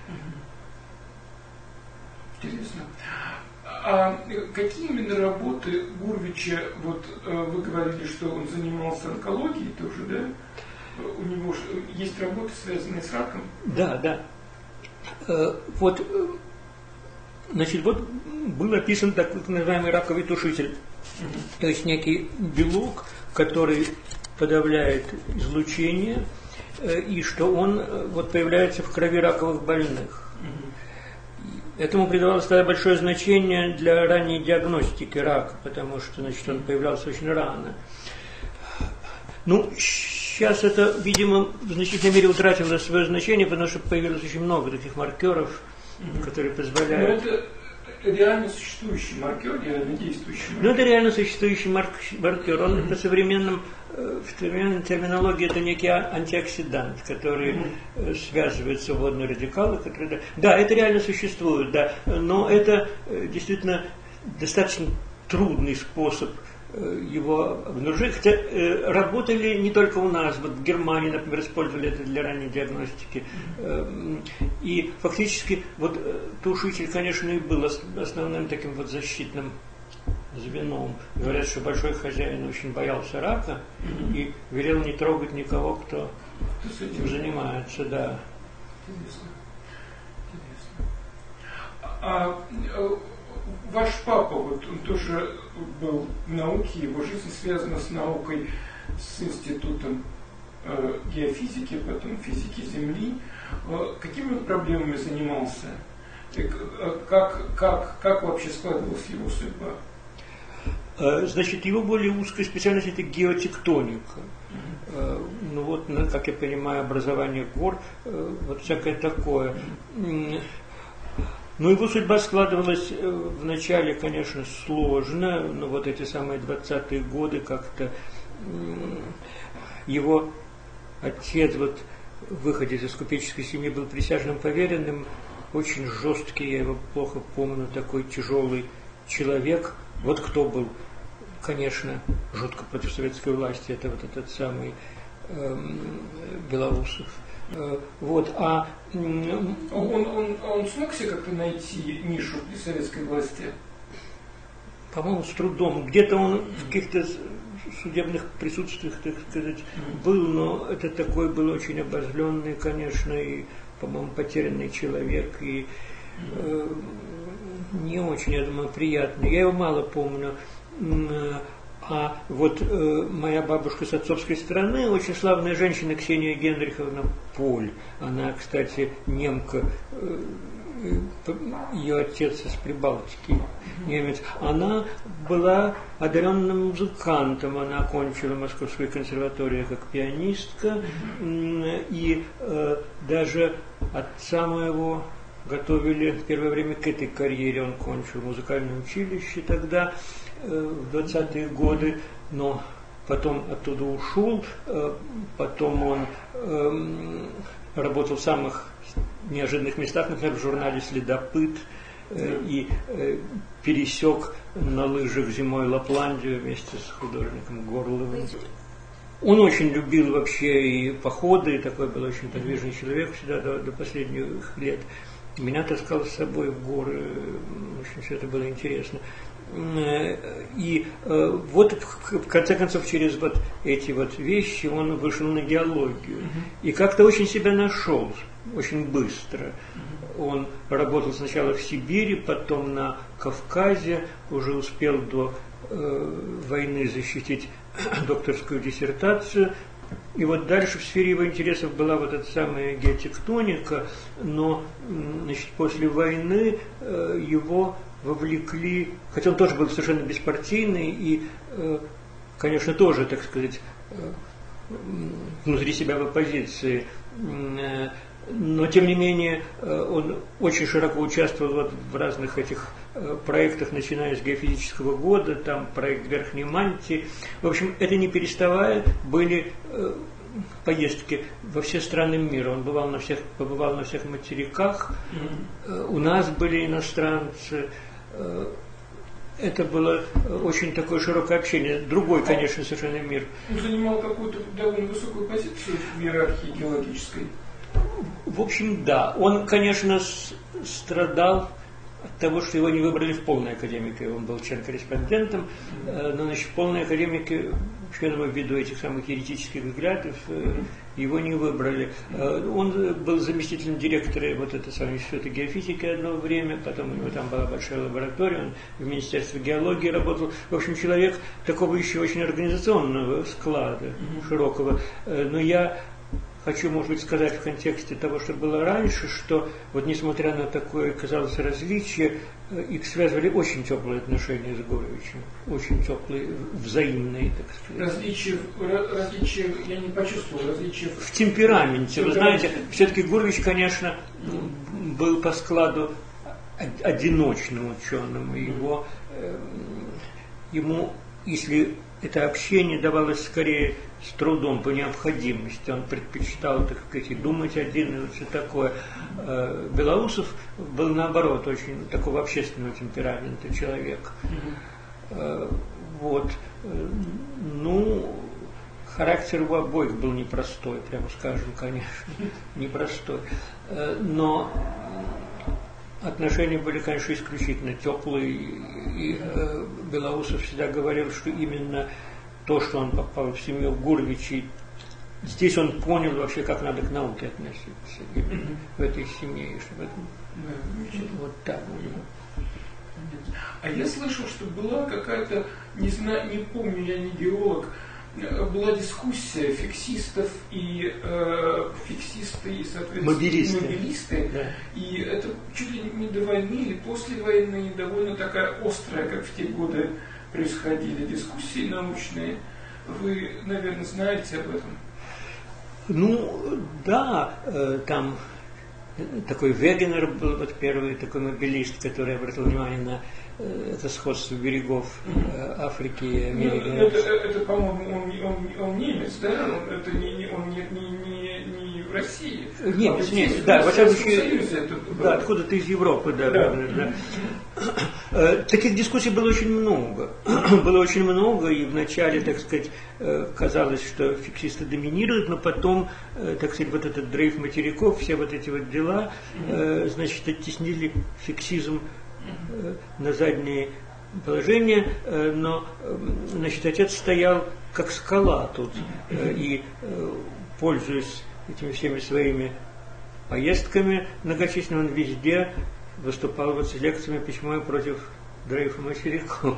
Speaker 1: Интересно. А какие именно работы Гурвича, вот вы говорили, что он занимался онкологией тоже, да? У него есть работы, связанные с раком?
Speaker 2: Да. Вот, значит, вот был описан так называемый раковый тушитель. То есть некий белок, который подавляет излучение, и что он вот появляется в крови раковых больных. Этому придавалось тогда большое значение для ранней диагностики рака, потому что, значит, он появлялся очень рано. Ну, сейчас это, видимо, в значительной мере утратило свое значение, потому что появилось очень много таких маркеров, которые позволяют...
Speaker 1: Но это реально существующий маркер, реально действующий маркер.
Speaker 2: Ну, это реально существующий маркер. Он в современной терминологии это некий антиоксидант, который связывает водные радикалы. Которые... Да, это реально существует, да. Но это действительно достаточно трудный способ его обнаружили. Хотя работали не только у нас, вот в Германии, например, использовали это для ранней диагностики. И фактически вот Тушитель, конечно, и был основным таким вот защитным звеном. Говорят, что большой хозяин очень боялся рака и велел не трогать никого, кто этим занимается, да.
Speaker 1: Интересно. А ваш папа, вот он тоже был в науке, его жизнь связана с наукой, с институтом геофизики, потом физики Земли. Какими он проблемами занимался? Как вообще складывалась его судьба?
Speaker 2: Значит, его более узкая специальность – это геотектоника. Ну вот, как я понимаю, образование гор, вот всякое такое. Но его судьба складывалась вначале, конечно, сложно, но вот эти самые 20-е годы как-то его отец, вот, выходец из купеческой семьи, был присяжным поверенным, очень жесткий, я его плохо помню, такой тяжелый человек. Вот кто был, конечно, жутко против советской власти, это вот этот самый Белоусов. Вот,
Speaker 1: он смог себе как-то найти нишу при советской власти?
Speaker 2: По-моему, с трудом. Где-то он в каких-то судебных присутствиях, так сказать, был, но это такой был очень обозленный, конечно, и, по-моему, потерянный человек, и не очень, я думаю, приятный. Я его мало помню. А вот моя бабушка с отцовской стороны, очень славная женщина Ксения Генриховна Поль. Она, кстати, немка, ее отец из Прибалтики, немец. Она была одаренным музыкантом, она окончила Московскую консерваторию как пианистка, и даже отца моего готовили в первое время к этой карьере, он кончил музыкальное училище тогда, в 20-е годы, но потом оттуда ушел, потом он работал в самых неожиданных местах, например, в журнале «Следопыт», и пересек на лыжах зимой Лапландию вместе с художником Горловым. Он очень любил вообще и походы, и такой был очень подвижный человек всегда до последних лет. Меня таскал с собой в горы, очень все это было интересно. И вот в конце концов через вот эти вот вещи он вышел на геологию и как-то очень себя нашел, очень быстро. Он работал сначала в Сибири, потом на Кавказе, уже успел до войны защитить докторскую диссертацию. И вот дальше в сфере его интересов была вот эта самая геотектоника, но, значит, после войны его вовлекли, хотя он тоже был совершенно беспартийный и, конечно, тоже, так сказать, внутри себя в оппозиции, но, тем не менее, он очень широко участвовал вот в разных этих проектах, начиная с геофизического года, там проект Верхней Мантии. В общем, это не переставая были поездки во все страны мира. Он побывал на всех материках. У нас были иностранцы. Это было очень такое широкое общение. Другой, конечно, совершенно мир.
Speaker 1: Он занимал какую-то довольно высокую позицию в иерархии геологической.
Speaker 2: В общем, да. Он, конечно, страдал от того, что его не выбрали в полной академике. Он был член-корреспондентом, но, значит, в полной академике, я думаю, ввиду этих самых еретических взглядов, его не выбрали. Он был заместителем директора вот этой самой института геофизики одно время, потом у него там была большая лаборатория, он в Министерстве геологии работал. В общем, человек такого еще очень организационного склада, широкого. Но я хочу, может быть, сказать в контексте того, что было раньше, что вот несмотря на такое, казалось, различие, их связывали очень теплые отношения с Гуревичем, очень теплые, взаимные, так сказать.
Speaker 1: Различия я не почувствовал, различия
Speaker 2: в темпераменте. Вы знаете, все-таки Гуревич, конечно, был по складу одиночным ученым, ему, если это общение давалось скорее с трудом, по необходимости. Он предпочитал, так сказать, думать один и все такое. Белоусов был, наоборот, очень такого общественного темперамента человек. Вот. Ну, характер у обоих был непростой, прямо скажем, конечно, непростой. Но отношения были, конечно, исключительно теплые. И Белоусов всегда говорил, что именно то, что он попал в семью Гуревичей, здесь он понял вообще, как надо к науке относиться в этой семье, и чтобы вот так было.
Speaker 1: А я слышал, что была какая-то, не знаю, не помню, я не геолог, была дискуссия фиксистов и соответственно, мобилисты.
Speaker 2: Да.
Speaker 1: И это чуть ли не до войны или после войны, довольно такая острая, как в те годы происходили дискуссии научные. Вы, наверное, знаете об этом?
Speaker 2: Ну, да, там такой Вегенер был вот первый такой мобилист, который обратил внимание на это сходство берегов Африки и Америки.
Speaker 1: Ну, это, по-моему, он немец, да? Это он не в России.
Speaker 2: Немец, немец, да, во всяком случае, да, откуда-то из Европы, да. Таких дискуссий было очень много. Было очень много, и вначале, так сказать, казалось, что фиксисты доминируют, но потом, так сказать, вот этот дрейф материков, все вот эти вот дела, значит, оттеснили фиксизм на заднее положение, но, значит, отец стоял как скала тут, и, пользуясь этими всеми своими поездками многочисленными, он везде выступал вот с лекциями, почему я против дрейфа материков.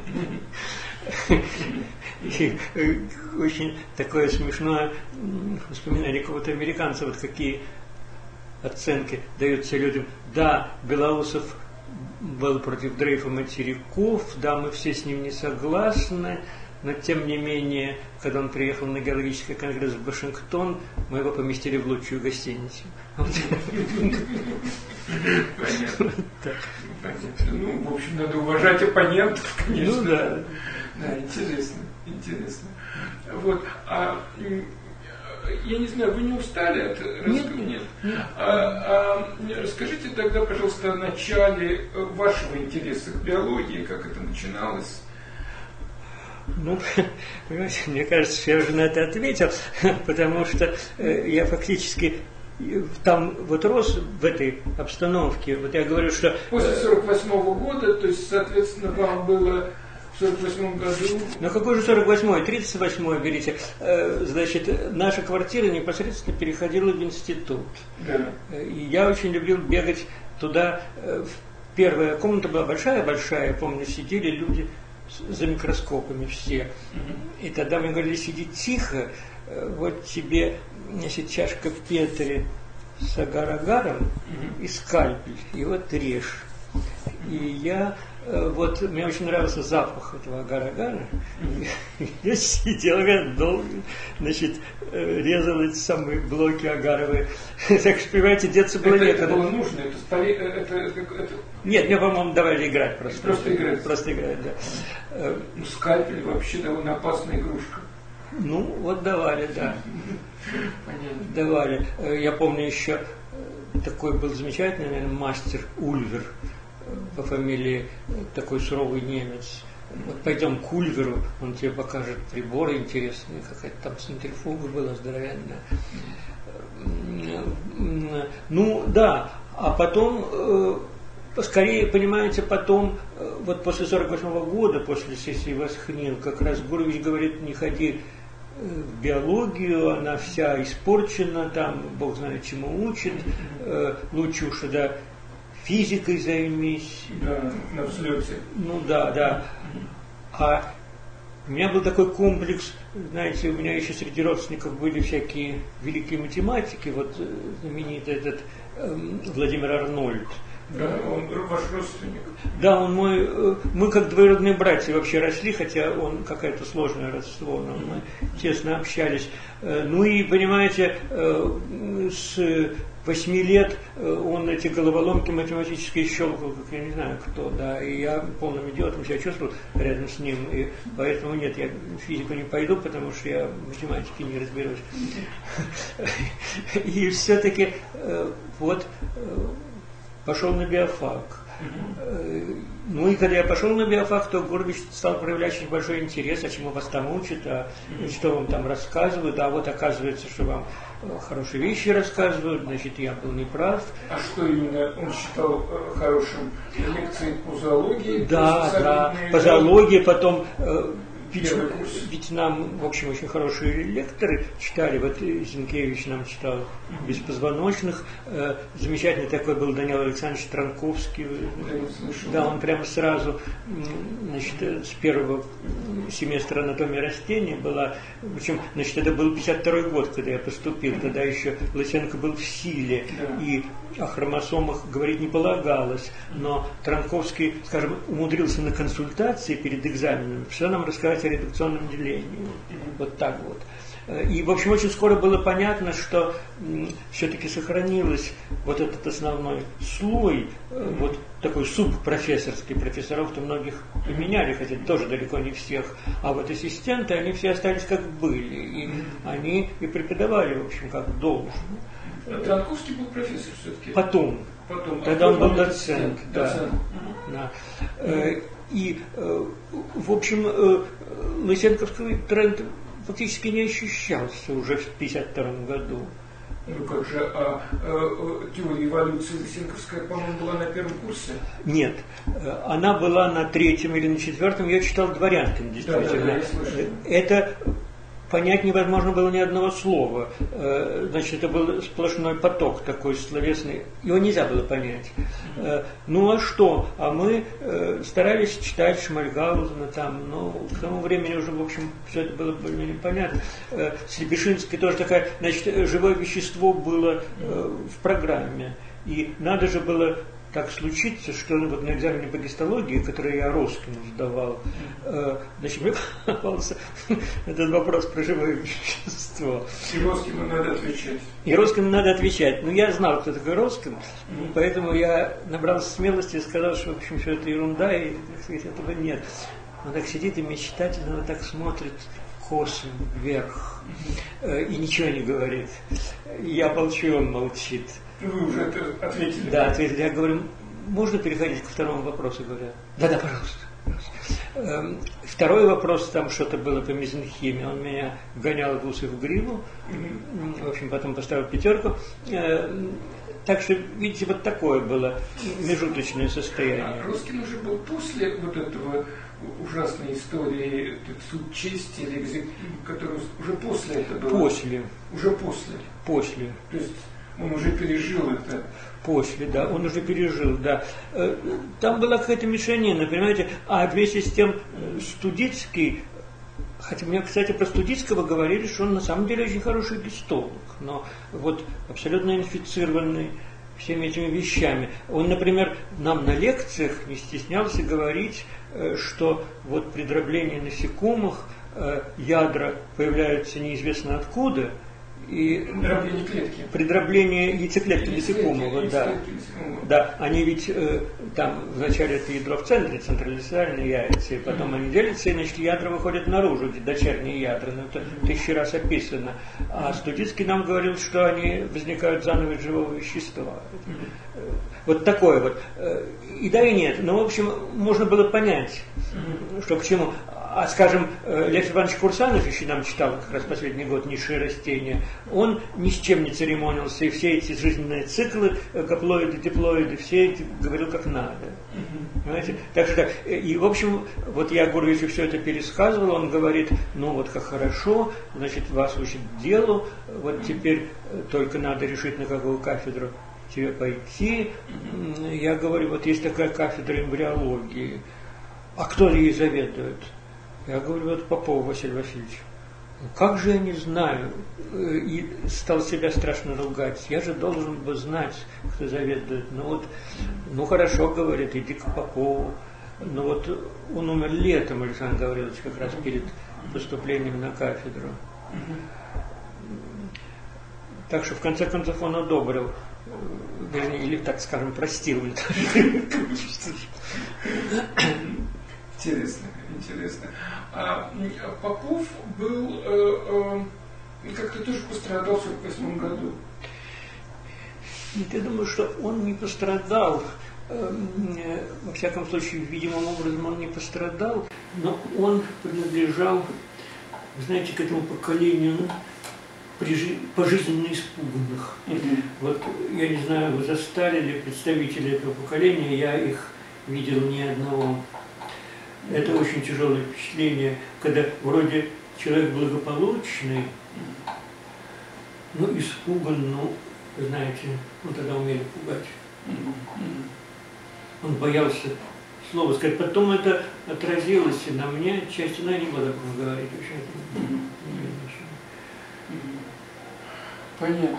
Speaker 2: И очень такое смешное воспоминание какого-то американца, вот какие оценки даются людям. Да, Белоусов был против дрейфа материков, да, мы все с ним не согласны, но тем не менее, когда он приехал на геологический конгресс в Вашингтон, мы его поместили в лучшую гостиницу.
Speaker 1: Понятно. Ну, в общем, надо уважать оппонентов, конечно.
Speaker 2: Ну да.
Speaker 1: Да, интересно. Вот, я не знаю, вы не устали от рассказа? Нет. Расскажите тогда, пожалуйста, о начале вашего интереса к биологии, как это начиналось.
Speaker 2: Ну, понимаете, мне кажется, что я уже на это ответил, потому что я фактически там вот рос в этой обстановке. Вот я говорю, что...
Speaker 1: После 48-го года, то есть, соответственно, вам было в 48-м году...
Speaker 2: Ну, какой же 48-й? 38-й берите. Значит, наша квартира непосредственно переходила в институт.
Speaker 1: Да.
Speaker 2: И я очень любил бегать туда. Первая комната была большая-большая, помню, сидели люди за микроскопами все. И тогда мне говорили, сиди тихо, вот тебе, значит, чашка Петри с агар-агаром и скальпель, и вот режь. И я, вот, мне очень нравился запах этого агар-агара. Я сидел, долго, значит, резал эти самые блоки агаровые. Так что, понимаете, деться было некогда.
Speaker 1: Это было нужно? Это...
Speaker 2: Нет, мне, по-моему, давали играть просто.
Speaker 1: Просто играть,
Speaker 2: да.
Speaker 1: Ну, скальпель вообще довольно опасная игрушка.
Speaker 2: Ну, вот давали, да.
Speaker 1: Понятно.
Speaker 2: Давали. Я помню еще такой был замечательный, наверное, мастер Ульвер по фамилии, такой суровый немец. Вот пойдем к Ульверу, он тебе покажет приборы интересные, какая-то там центрифуга была здоровенная. Ну, да, а потом... Скорее, понимаете, потом, вот после 48-го года, после сессии Восхнил, как раз Гуревич говорит, не ходи в биологию, она вся испорчена, там, Бог знает, чему учит, лучше уж да физикой займись.
Speaker 1: Да, на взлете.
Speaker 2: Ну да. А у меня был такой комплекс, знаете, у меня еще среди родственников были всякие великие математики, вот знаменитый этот Владимир Арнольд.
Speaker 1: Да, он ваш родственник.
Speaker 2: Да, он мой, мы как двоюродные братья вообще росли, хотя он какое-то сложное родство, но мы тесно общались. Ну и, понимаете, с 8 лет он эти головоломки математические щелкал, как я не знаю кто, да, и я полным идиотом себя чувствовал рядом с ним, и поэтому нет, я в физику не пойду, потому что я в математике не разберусь. И все-таки вот... Пошел на биофак. Ну и когда я пошел на биофак, то Гурбич стал проявлять очень большой интерес, а чему вас там учат, что вам там рассказывают, а вот оказывается, что вам хорошие вещи рассказывают, значит, я был неправ.
Speaker 1: А что именно он считал хорошим? Лекции по зоологии?
Speaker 2: Да, по зоологии, потом... Ведь нам, в общем, очень хорошие лекторы читали, вот Зинкевич нам читал «Беспозвоночных», замечательный такой был Данил Александрович Транковский, да, он прямо сразу, значит, с первого семестра анатомии растений была, причем, значит, это был 52-й год, когда я поступил, тогда еще Лысенко был в силе, и о хромосомах говорить не полагалось, но Транковский, скажем, умудрился на консультации перед экзаменом все нам рассказать о редукционном делении. Вот так вот. И, в общем, очень скоро было понятно, что все-таки сохранилось вот этот основной слой, вот такой субпрофессорский, профессоров-то многих поменяли, хотя тоже далеко не всех, а вот ассистенты, они все остались как были, и они и преподавали, в общем, как должно.
Speaker 1: Транковский был профессор все-таки?
Speaker 2: Потом. Тогда он был доцент. Да. И, в общем, лысенковский тренд фактически не ощущался уже в 1952 году.
Speaker 1: Ну как же, теория эволюции лысенковская, по-моему, была на первом курсе?
Speaker 2: Нет, она была на третьем или на четвертом, я читал Дворянкин, действительно.
Speaker 1: Да, я слышал.
Speaker 2: Это понять невозможно было ни одного слова. Значит, это был сплошной поток такой словесный. Его нельзя было понять. Ну а что? А мы старались читать Шмальгаузена там, но к тому времени уже, в общем, все это было более-менее понятно. Слепишинская тоже такая, значит, живое вещество было в программе. И надо же было так случится, что вот на экзамене по гистологии, который я Роскину сдавал, значит, мне попался этот вопрос про живое вещество.
Speaker 1: И Роскину надо отвечать.
Speaker 2: Ну, я знал, кто такой Роскин, поэтому я набрался смелости и сказал, что, в общем, все это ерунда, и, так сказать, этого нет. Он так сидит и мечтательно вот так смотрит косо вверх и ничего не говорит. Я молчу, и он молчит.
Speaker 1: Вы уже это ответили.
Speaker 2: Да, ответили. Я говорю, можно переходить ко второму вопросу? Говорят, да, пожалуйста. Второй вопрос, там что-то было по мезенхимии. Он меня гонял в усы в гриву. В общем, потом поставил 5. Так что, видите, вот такое было межуточное состояние.
Speaker 1: А Роскин уже был после вот этого ужасной истории суд чести, которую уже после этого было?
Speaker 2: После.
Speaker 1: Уже после?
Speaker 2: После.
Speaker 1: То есть он уже пережил это?
Speaker 2: После, да, он уже пережил, да. Там была какая-то мешанина, понимаете, а вместе с тем Студицкий, хотя мне, кстати, про Студицкого говорили, что он на самом деле очень хороший гистолог, но вот абсолютно инфицированный всеми этими вещами. Он, например, нам на лекциях не стеснялся говорить, что вот при дроблении насекомых ядра появляются неизвестно откуда, и при дроблении яйцеклетки насекомого, да, они ведь там вначале это ядро в центре, централизованные яйца, и потом они делятся, и значит ядра выходят наружу, дочерние ядра, но это 1000 раз описано. А Студицкий нам говорил, что они возникают заново из живого вещества. Вот такое вот. И да, и нет. Но, в общем, можно было понять, что к чему. А, скажем, Лев Иванович Курсанов еще нам читал как раз последний год «Низшие растения», он ни с чем не церемонился, и все эти жизненные циклы, гаплоиды, диплоиды, все эти говорил как надо. Понимаете? Так что, и, в общем, вот я Гурвичу все это пересказывал, он говорит, ну вот как хорошо, значит, вас учат делу, вот теперь только надо решить, на какую кафедру тебе пойти. Я говорю, вот есть такая кафедра эмбриологии, а кто ей заведует? Я говорю, вот Попов Василий Васильевич. Ну, как же я не знаю? И стал себя страшно ругать. Я же должен бы знать, кто заведует. Ну вот, ну хорошо, говорит, иди к Попову. Ну вот он умер летом, Александр Гаврилович, как раз перед поступлением на кафедру. Так что в конце концов он одобрил, вернее, или так скажем, простил.
Speaker 1: Интересно. А Попов был, как-то тоже пострадал в 1948 году.
Speaker 2: Я думаю, что он не пострадал. во всяком случае, видимым образом он не пострадал, но он принадлежал, знаете, к этому поколению пожизненно испуганных. Вот, я не знаю, вы застали ли представители этого поколения, я их видел ни одного. Это очень тяжелое впечатление, когда вроде человек благополучный, но испуган, ну, знаете, ну тогда умели пугать. Он боялся слова сказать. Потом это отразилось и на мне отчасти, но я не буду об этом говорить.
Speaker 1: Понятно.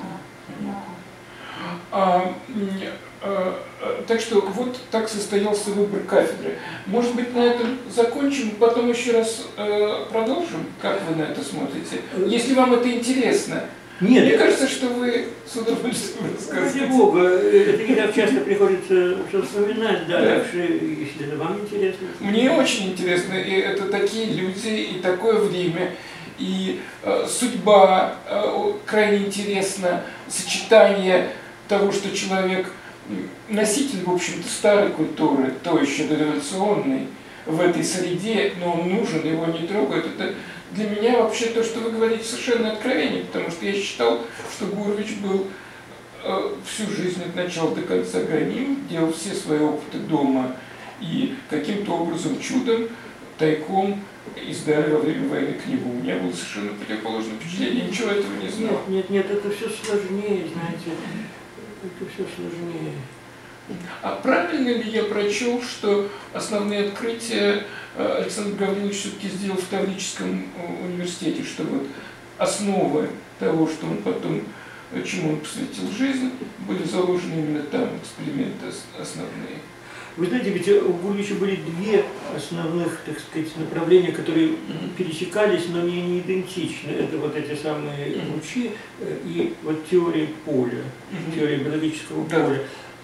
Speaker 1: Так что вот так состоялся выбор кафедры. Может быть, на этом закончим, потом еще раз продолжим? Как вы на это смотрите? Если вам это интересно.
Speaker 2: Нет.
Speaker 1: Мне кажется, что вы с удовольствием рассказываете.
Speaker 2: Ради Бога, это не так часто приходится вспоминать, да, так что, если это вам интересно.
Speaker 1: Мне очень интересно, и это такие люди, и такое время, и судьба крайне интересна, сочетание того, что человек носитель, в общем-то, старой культуры, то еще дореволюционной, в этой среде, но он нужен, его не трогают. Это для меня вообще то, что вы говорите, совершенно откровение, потому что я считал, что Гурвич был всю жизнь от начала до конца гоним, делал все свои опыты дома и каким-то образом чудом, тайком издали во время войны книгу. У меня было совершенно противоположное впечатление, ничего этого не знал.
Speaker 2: Нет, это все сложнее, знаете, это все сложнее.
Speaker 1: А правильно ли я прочел, что основные открытия Александр Гаврилович все-таки сделал в Таврическом университете, что вот основы того, что он потом, чему он посвятил жизнь, были заложены именно там, эксперименты основные?
Speaker 2: Вы знаете, ведь у Гурвича были две основных, так сказать, направления, которые пересекались, но не идентичны. Это вот эти самые лучи и вот теория поля, теория биологического поля.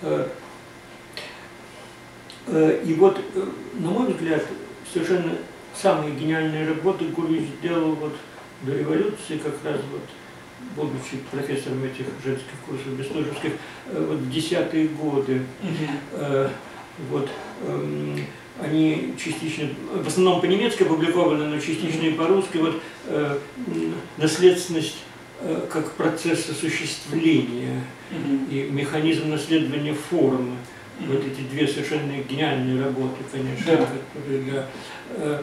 Speaker 2: И вот, на мой взгляд, совершенно самые гениальные работы Гурвич сделал вот до революции, как раз вот, будучи профессором этих женских курсов бестужевских, вот в 10-е годы. Вот, они частично, в основном по-немецки опубликованы, но частично и по-русски. Вот, наследственность как процесс осуществления и механизм наследования формы. Вот эти две совершенно гениальные работы, конечно,
Speaker 1: да.
Speaker 2: Которые, да.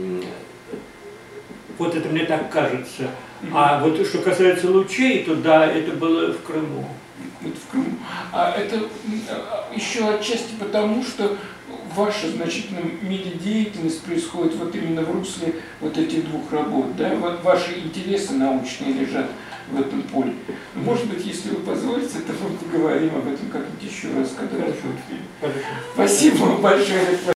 Speaker 2: Вот это мне так кажется. А вот что касается лучей, то да, это было в Крыму.
Speaker 1: В Крыму. А это еще отчасти потому, что ваша значительная мере деятельность происходит вот именно в русле вот этих двух работ, да? Вот ваши интересы научные лежат в этом поле. Может быть, если вы позволите, то мы поговорим об этом как-нибудь еще раз, когда будет фильм. Спасибо вам большое.